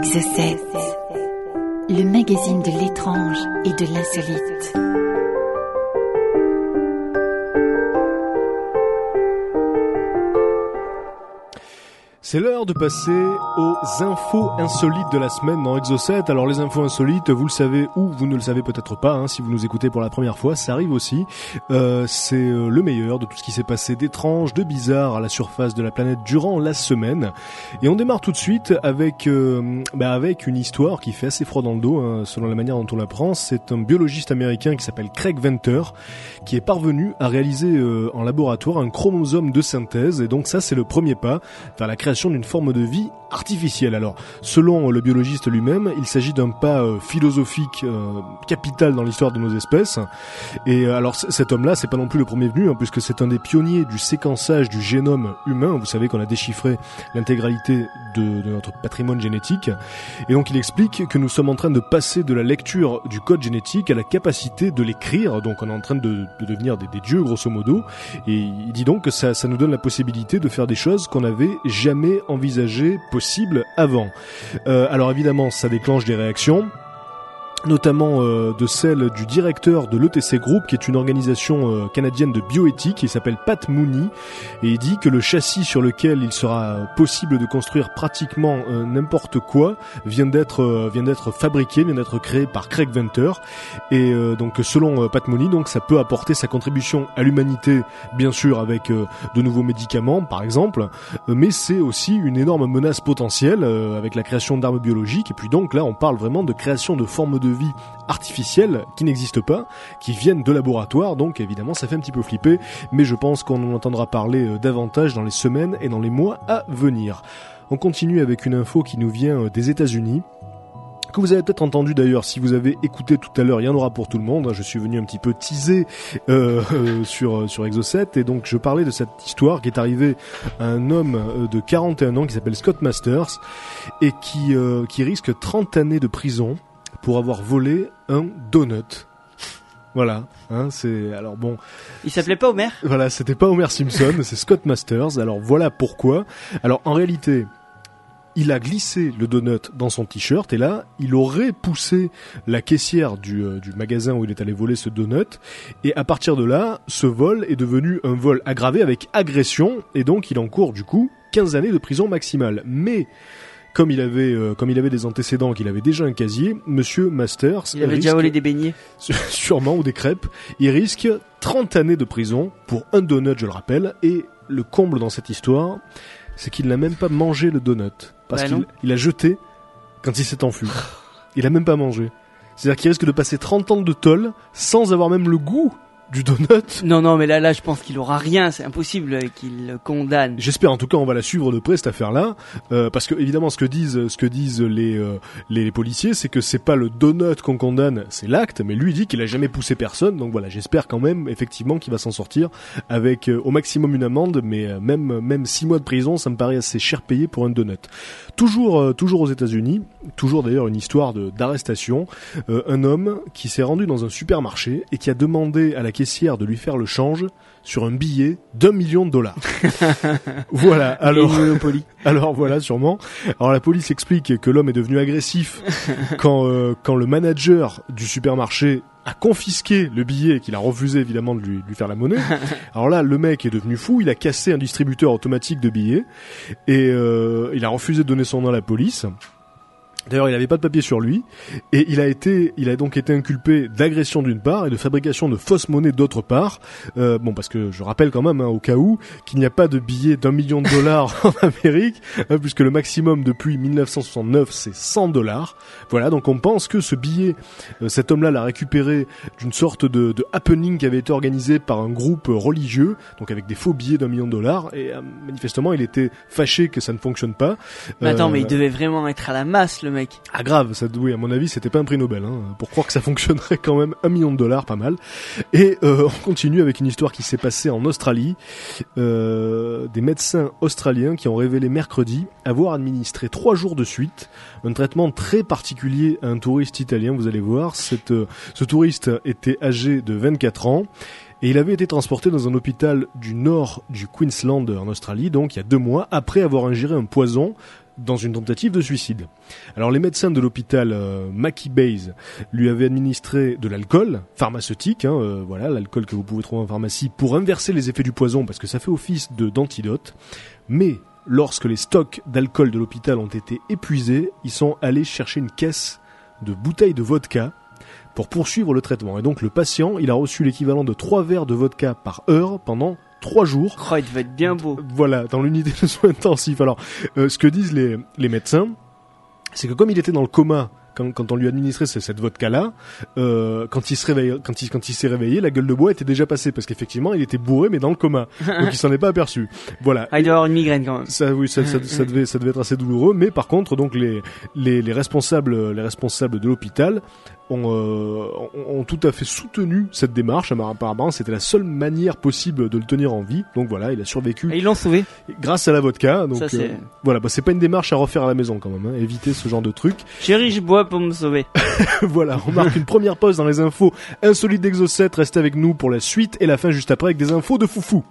Exocet, le magazine de l'étrange et de l'insolite. C'est l'heure de passer aux infos insolites de la semaine dans Exocet. Alors les infos insolites, vous le savez ou vous ne le savez peut-être pas, hein, si vous nous écoutez pour la première fois, ça arrive aussi. Euh, c'est euh, le meilleur de tout ce qui s'est passé d'étrange, de bizarre à la surface de la planète durant la semaine. Et on démarre tout de suite avec euh, bah avec une histoire qui fait assez froid dans le dos, hein, selon la manière dont on l'apprend. C'est un biologiste américain qui s'appelle Craig Venter qui est parvenu à réaliser euh, en laboratoire un chromosome de synthèse. Et donc ça, c'est le premier pas vers la création d'une forme de vie artificielle. Alors, selon le biologiste lui-même, il s'agit d'un pas euh, philosophique euh, capital dans l'histoire de nos espèces. Et euh, alors, c- cet homme-là, c'est pas non plus le premier venu, hein, puisque c'est un des pionniers du séquençage du génome humain. Vous savez qu'on a déchiffré l'intégralité de, de notre patrimoine génétique. Et donc, il explique que nous sommes en train de passer de la lecture du code génétique à la capacité de l'écrire. Donc, on est en train de, de devenir des, des dieux, grosso modo. Et il dit donc que ça, ça nous donne la possibilité de faire des choses qu'on n'avait jamais envisagé possible avant. Euh, alors évidemment, ça déclenche des réactions, notamment euh, de celle du directeur de l'E T C Group, qui est une organisation euh, canadienne de bioéthique. Il s'appelle Pat Mooney, et il dit que le châssis sur lequel il sera possible de construire pratiquement euh, n'importe quoi vient d'être euh, vient d'être fabriqué, vient d'être créé par Craig Venter. Et euh, donc selon euh, Pat Mooney, donc ça peut apporter sa contribution à l'humanité, bien sûr avec euh, de nouveaux médicaments par exemple, euh, mais c'est aussi une énorme menace potentielle euh, avec la création d'armes biologiques. Et puis donc là, on parle vraiment de création de formes de vie artificielles qui n'existent pas, qui viennent de laboratoires, donc évidemment ça fait un petit peu flipper, mais je pense qu'on en entendra parler euh, davantage dans les semaines et dans les mois à venir. On continue avec une info qui nous vient euh, des États-Unis, que vous avez peut-être entendu d'ailleurs si vous avez écouté tout à l'heure. Il y en aura pour tout le monde, je suis venu un petit peu teaser euh, euh, sur, sur Exocet, et donc je parlais de cette histoire qui est arrivée à un homme euh, de quarante et un ans qui s'appelle Scott Masters et qui, euh, qui risque trente années de prison pour avoir volé un donut. Voilà, hein, c'est alors bon. Il s'appelait pas Homer ? Voilà, c'était pas Homer Simpson, c'est Scott Masters. Alors voilà pourquoi. Alors en réalité, il a glissé le donut dans son t-shirt et là, il aurait poussé la caissière du, euh, du magasin où il est allé voler ce donut. Et à partir de là, ce vol est devenu un vol aggravé avec agression et donc il encourt du coup quinze années de prison maximale. Mais Comme il avait, euh, comme il avait des antécédents, qu'il avait déjà un casier, Monsieur Masters... Il avait risque, déjà volé des beignets. Sûrement, ou des crêpes. Il risque trente années de prison pour un donut, je le rappelle. Et le comble dans cette histoire, c'est qu'il n'a même pas mangé le donut. Parce bah qu'il non. il a jeté quand il s'est enfui. Il a même pas mangé. C'est-à-dire qu'il risque de passer trente ans de tôle sans avoir même le goût du donut. Non, non, mais là, là, je pense qu'il aura rien. C'est impossible qu'il le condamne. J'espère, en tout cas, on va la suivre de près cette affaire-là, euh, parce que évidemment, ce que disent, ce que disent les euh, les, les policiers, c'est que c'est pas le donut qu'on condamne, c'est l'acte. Mais lui il dit qu'il a jamais poussé personne, donc voilà, j'espère quand même, effectivement, qu'il va s'en sortir avec euh, au maximum une amende, mais euh, même même six mois de prison, ça me paraît assez cher payé pour un donut. Toujours euh, toujours aux États-Unis, toujours d'ailleurs une histoire de d'arrestation, euh, un homme qui s'est rendu dans un supermarché et qui a demandé à la caissière de lui faire le change sur un billet d'un million de dollars. Voilà, alors, alors voilà, sûrement. Alors la police explique que l'homme est devenu agressif quand, euh, quand le manager du supermarché a confisqué le billet et qu'il a refusé évidemment de lui, de lui faire la monnaie. Alors là, le mec est devenu fou, il a cassé un distributeur automatique de billets et euh, il a refusé de donner son nom à la police. D'ailleurs, il n'avait pas de papier sur lui et il a été, il a donc été inculpé d'agression d'une part et de fabrication de fausses monnaies d'autre part. Euh, bon, parce que je rappelle quand même, hein, au cas où, qu'il n'y a pas de billet d'un million de dollars en Amérique, hein, puisque le maximum depuis mille neuf cent soixante-neuf c'est cent dollars. Voilà, donc on pense que ce billet, euh, cet homme-là l'a récupéré d'une sorte de, de happening qui avait été organisé par un groupe religieux, donc avec des faux billets d'un million de dollars. Et euh, manifestement, il était fâché que ça ne fonctionne pas. Mais attends, euh, mais il devait vraiment être à la masse, le mec. Ah grave, ça, oui, à mon avis, c'était pas un prix Nobel, hein, pour croire que ça fonctionnerait quand même un million de dollars, pas mal. Et euh, on continue avec une histoire qui s'est passée en Australie. Euh, des médecins australiens qui ont révélé mercredi avoir administré trois jours de suite un traitement très particulier à un touriste italien. Vous allez voir, cette, euh, ce touriste était âgé de vingt-quatre ans. Et il avait été transporté dans un hôpital du nord du Queensland en Australie, donc il y a deux mois, après avoir ingéré un poison dans une tentative de suicide. Alors les médecins de l'hôpital euh, Mackie Bays lui avaient administré de l'alcool pharmaceutique, hein, euh, voilà, l'alcool que vous pouvez trouver en pharmacie, pour inverser les effets du poison, parce que ça fait office de, d'antidote. Mais lorsque les stocks d'alcool de l'hôpital ont été épuisés, ils sont allés chercher une caisse de bouteilles de vodka pour poursuivre le traitement. Et donc le patient, il a reçu l'équivalent de trois verres de vodka par heure pendant trois jours. Oh, il devait être bien beau. Voilà, dans l'unité de soins intensifs. Alors, euh, ce que disent les, les médecins, c'est que comme il était dans le coma quand, quand on lui administrait cette, cette vodka-là, euh, quand il se réveille, quand il, quand il s'est réveillé, la gueule de bois était déjà passée parce qu'effectivement, il était bourré mais dans le coma, donc il s'en est pas aperçu. Voilà. Ah, il doit avoir une migraine quand même. Ça, oui, ça, ça, ça devait, ça devait être assez douloureux. Mais par contre, donc les, les, les responsables, les responsables de l'hôpital ont, euh, ont, ont tout à fait soutenu cette démarche. Apparemment, c'était la seule manière possible de le tenir en vie. Donc voilà, il a survécu. Et ils l'ont sauvé. Grâce à la vodka. Donc Ça, c'est... Euh, voilà, bah, c'est pas une démarche à refaire à la maison quand même. Hein. Éviter ce genre de truc. Chérie, je bois pour me sauver. Voilà, on marque une première pause dans les infos insolites d'Exo sept. Restez avec nous pour la suite et la fin juste après avec des infos de foufou.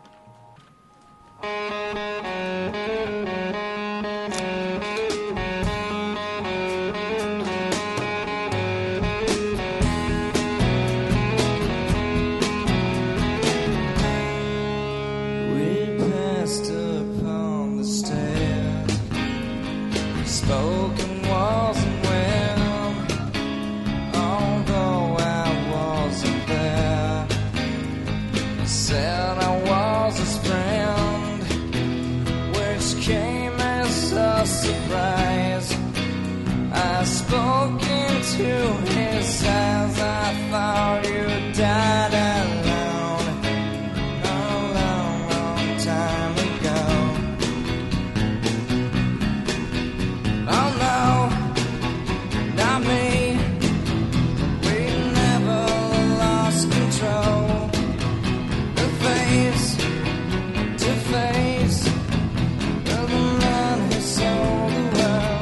We passed upon the stairs, spoken wasn't well, although I wasn't there. I said I was his friend, which came as a surprise. I spoke into his eyes, I thought you died alone a long, long time ago. Oh no, not me, we never lost control. The face to face of the man who sold the world.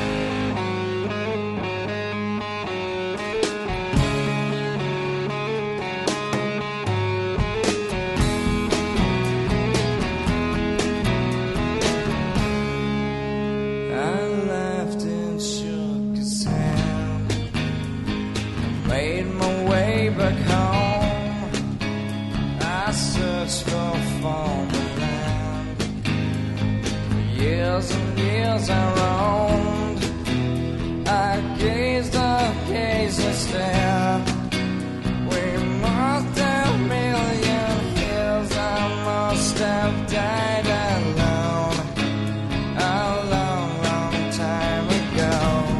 I laughed and shook his hand, made my way back home. I searched for former land. For years and years I roamed. I gazed up, gazed and stared. We must have million years. I must have died alone a long, long time ago.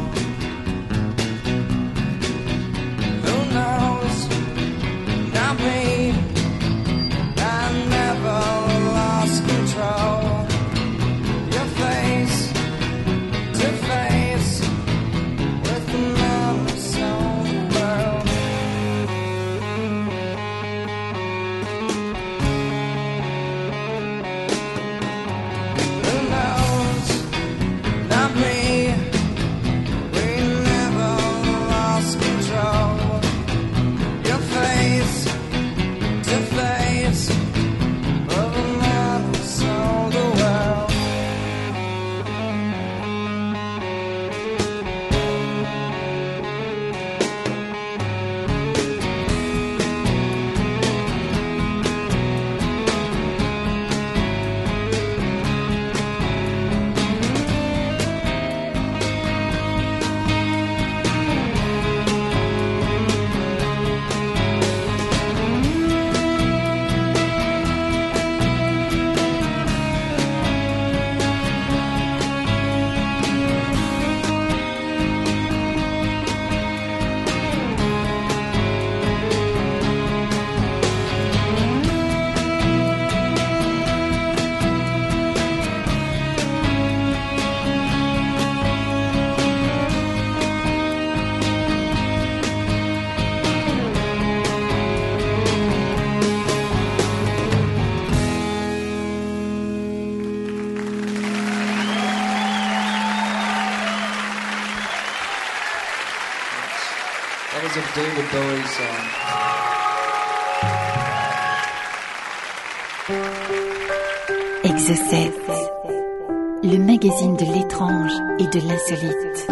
Who knows? Not me. I never lost control. Your face to face with the man who sold the world. Who knows? Not me. We never lost control. Your face to face of the man who sold the world. That was a David Bowie song. Exocet, le magazine de l'étrange et de l'insolite.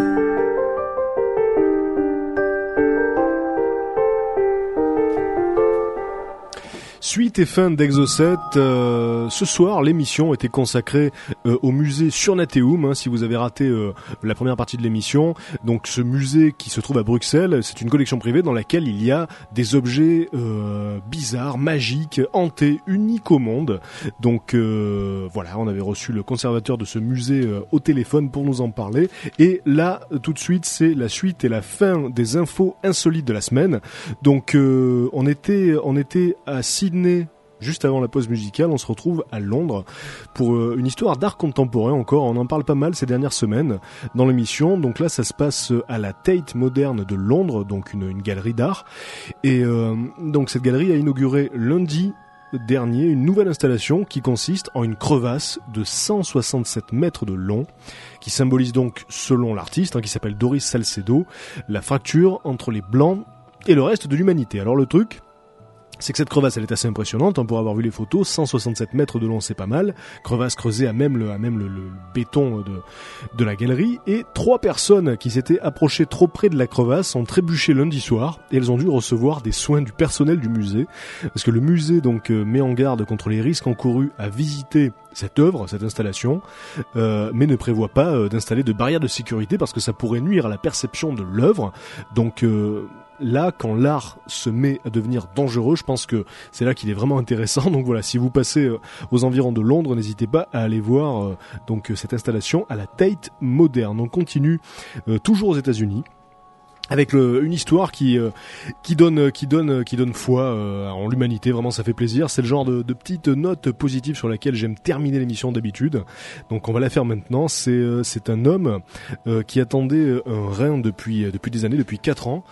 Suite et fin d'Exocet, euh, ce soir l'émission était consacrée euh, au musée Surnateum, hein, si vous avez raté euh, la première partie de l'émission. Donc ce musée qui se trouve à Bruxelles, c'est une collection privée dans laquelle il y a des objets euh, bizarres, magiques, hantés, uniques au monde. Donc euh, voilà, on avait reçu le conservateur de ce musée euh, au téléphone pour nous en parler. Et là, tout de suite, c'est la suite et la fin des infos insolites de la semaine. Donc euh, on était, on était à Sydney juste avant la pause musicale. On se retrouve à Londres pour euh, une histoire d'art contemporain encore. On en parle pas mal ces dernières semaines dans l'émission. Donc là, ça se passe à la Tate Moderne de Londres, donc une, une galerie d'art. Et euh, donc cette galerie a inauguré lundi dernier une nouvelle installation qui consiste en une crevasse de cent soixante-sept mètres de long, qui symbolise donc, selon l'artiste, hein, qui s'appelle Doris Salcedo, la fracture entre les blancs et le reste de l'humanité. Alors le truc, c'est que cette crevasse, elle est assez impressionnante, hein, pour avoir vu les photos. Cent soixante-sept mètres de long, c'est pas mal. Crevasse creusée à même le, à même le, le béton de, de la galerie. Et trois personnes qui s'étaient approchées trop près de la crevasse ont trébuché lundi soir, et elles ont dû recevoir des soins du personnel du musée. Parce que le musée, donc, euh, met en garde contre les risques encourus à visiter cette œuvre, cette installation, euh, mais ne prévoit pas euh, d'installer de barrières de sécurité parce que ça pourrait nuire à la perception de l'œuvre. Donc, euh, là, quand l'art se met à devenir dangereux, je pense que c'est là qu'il est vraiment intéressant. Donc voilà, si vous passez euh, aux environs de Londres, n'hésitez pas à aller voir euh, donc cette installation à la Tate Moderne. On continue euh, toujours aux États-Unis avec le, une histoire qui euh, qui donne qui donne qui donne foi euh, en l'humanité. Vraiment, ça fait plaisir. C'est le genre de, de petite note positive sur laquelle j'aime terminer l'émission d'habitude. Donc on va la faire maintenant. C'est euh, c'est un homme euh, qui attendait un rein depuis depuis des années, depuis quatre ans.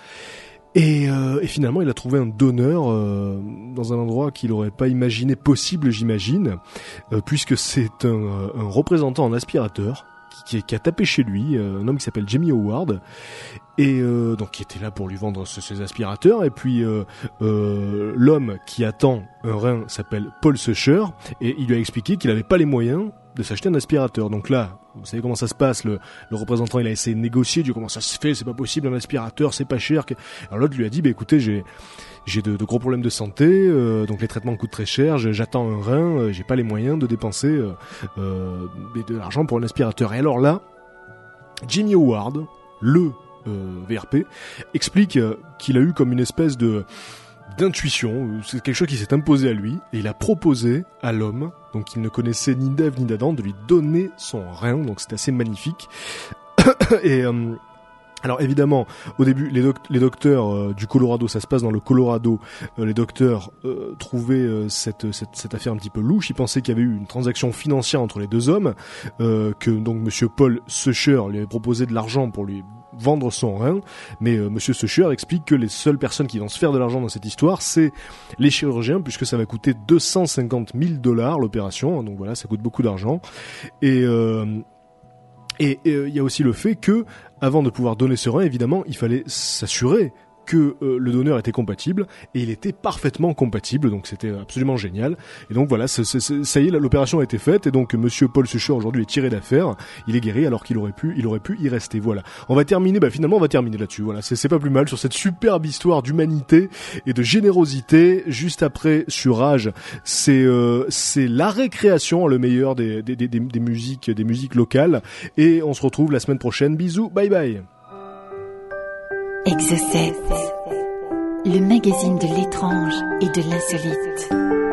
Et, euh, et finalement, il a trouvé un donneur euh, dans un endroit qu'il n'aurait pas imaginé possible, j'imagine, euh, puisque c'est un, un représentant en aspirateur qui, qui a tapé chez lui, euh, un homme qui s'appelle Jamie Howard, et euh, donc qui était là pour lui vendre ce, ses aspirateurs. Et puis euh, euh, l'homme qui attend un rein s'appelle Paul Sucher, et il lui a expliqué qu'il n'avait pas les moyens de s'acheter un aspirateur. Donc là, vous savez comment ça se passe, le, le représentant il a essayé de négocier, il dit comment ça se fait, c'est pas possible, un aspirateur c'est pas cher. Alors l'autre lui a dit bah écoutez, j'ai j'ai de, de gros problèmes de santé, euh, donc les traitements coûtent très cher, j'attends un rein, euh, j'ai pas les moyens de dépenser euh, euh, de l'argent pour un aspirateur. Et alors là, Jamie Howard, le euh, V R P, explique euh, qu'il a eu comme une espèce de d'intuition, c'est quelque chose qui s'est imposé à lui, et il a proposé à l'homme, donc qu'il ne connaissait ni d'Ève ni d'Adam, de lui donner son rein. Donc c'est assez magnifique. Et euh, alors évidemment, au début, les, doc- les docteurs euh, du Colorado, ça se passe dans le Colorado, euh, les docteurs euh, trouvaient euh, cette, cette, cette affaire un petit peu louche. Ils pensaient qu'il y avait eu une transaction financière entre les deux hommes, euh, que donc Monsieur Paul Sucher lui avait proposé de l'argent pour lui vendre son rein, mais euh, Monsieur Sucher explique que les seules personnes qui vont se faire de l'argent dans cette histoire, c'est les chirurgiens, puisque ça va coûter deux cent cinquante mille dollars l'opération, donc voilà, ça coûte beaucoup d'argent. Et euh, et il euh, y a aussi le fait que, avant de pouvoir donner ce rein, évidemment, il fallait s'assurer que euh, le donneur était compatible, et il était parfaitement compatible, donc c'était absolument génial. Et donc voilà, c'est, c'est, c'est, ça y est, l'opération a été faite, et donc Monsieur Paul Sucher aujourd'hui est tiré d'affaire, il est guéri alors qu'il aurait pu, il aurait pu y rester. Voilà. On va terminer, bah finalement on va terminer là-dessus. Voilà, c'est, c'est pas plus mal sur cette superbe histoire d'humanité et de générosité. Juste après, sur Rage, c'est euh, c'est la récréation, le meilleur des des, des des des musiques des musiques locales, et on se retrouve la semaine prochaine. Bisous, bye bye. Exocet, le magazine de l'étrange et de l'insolite.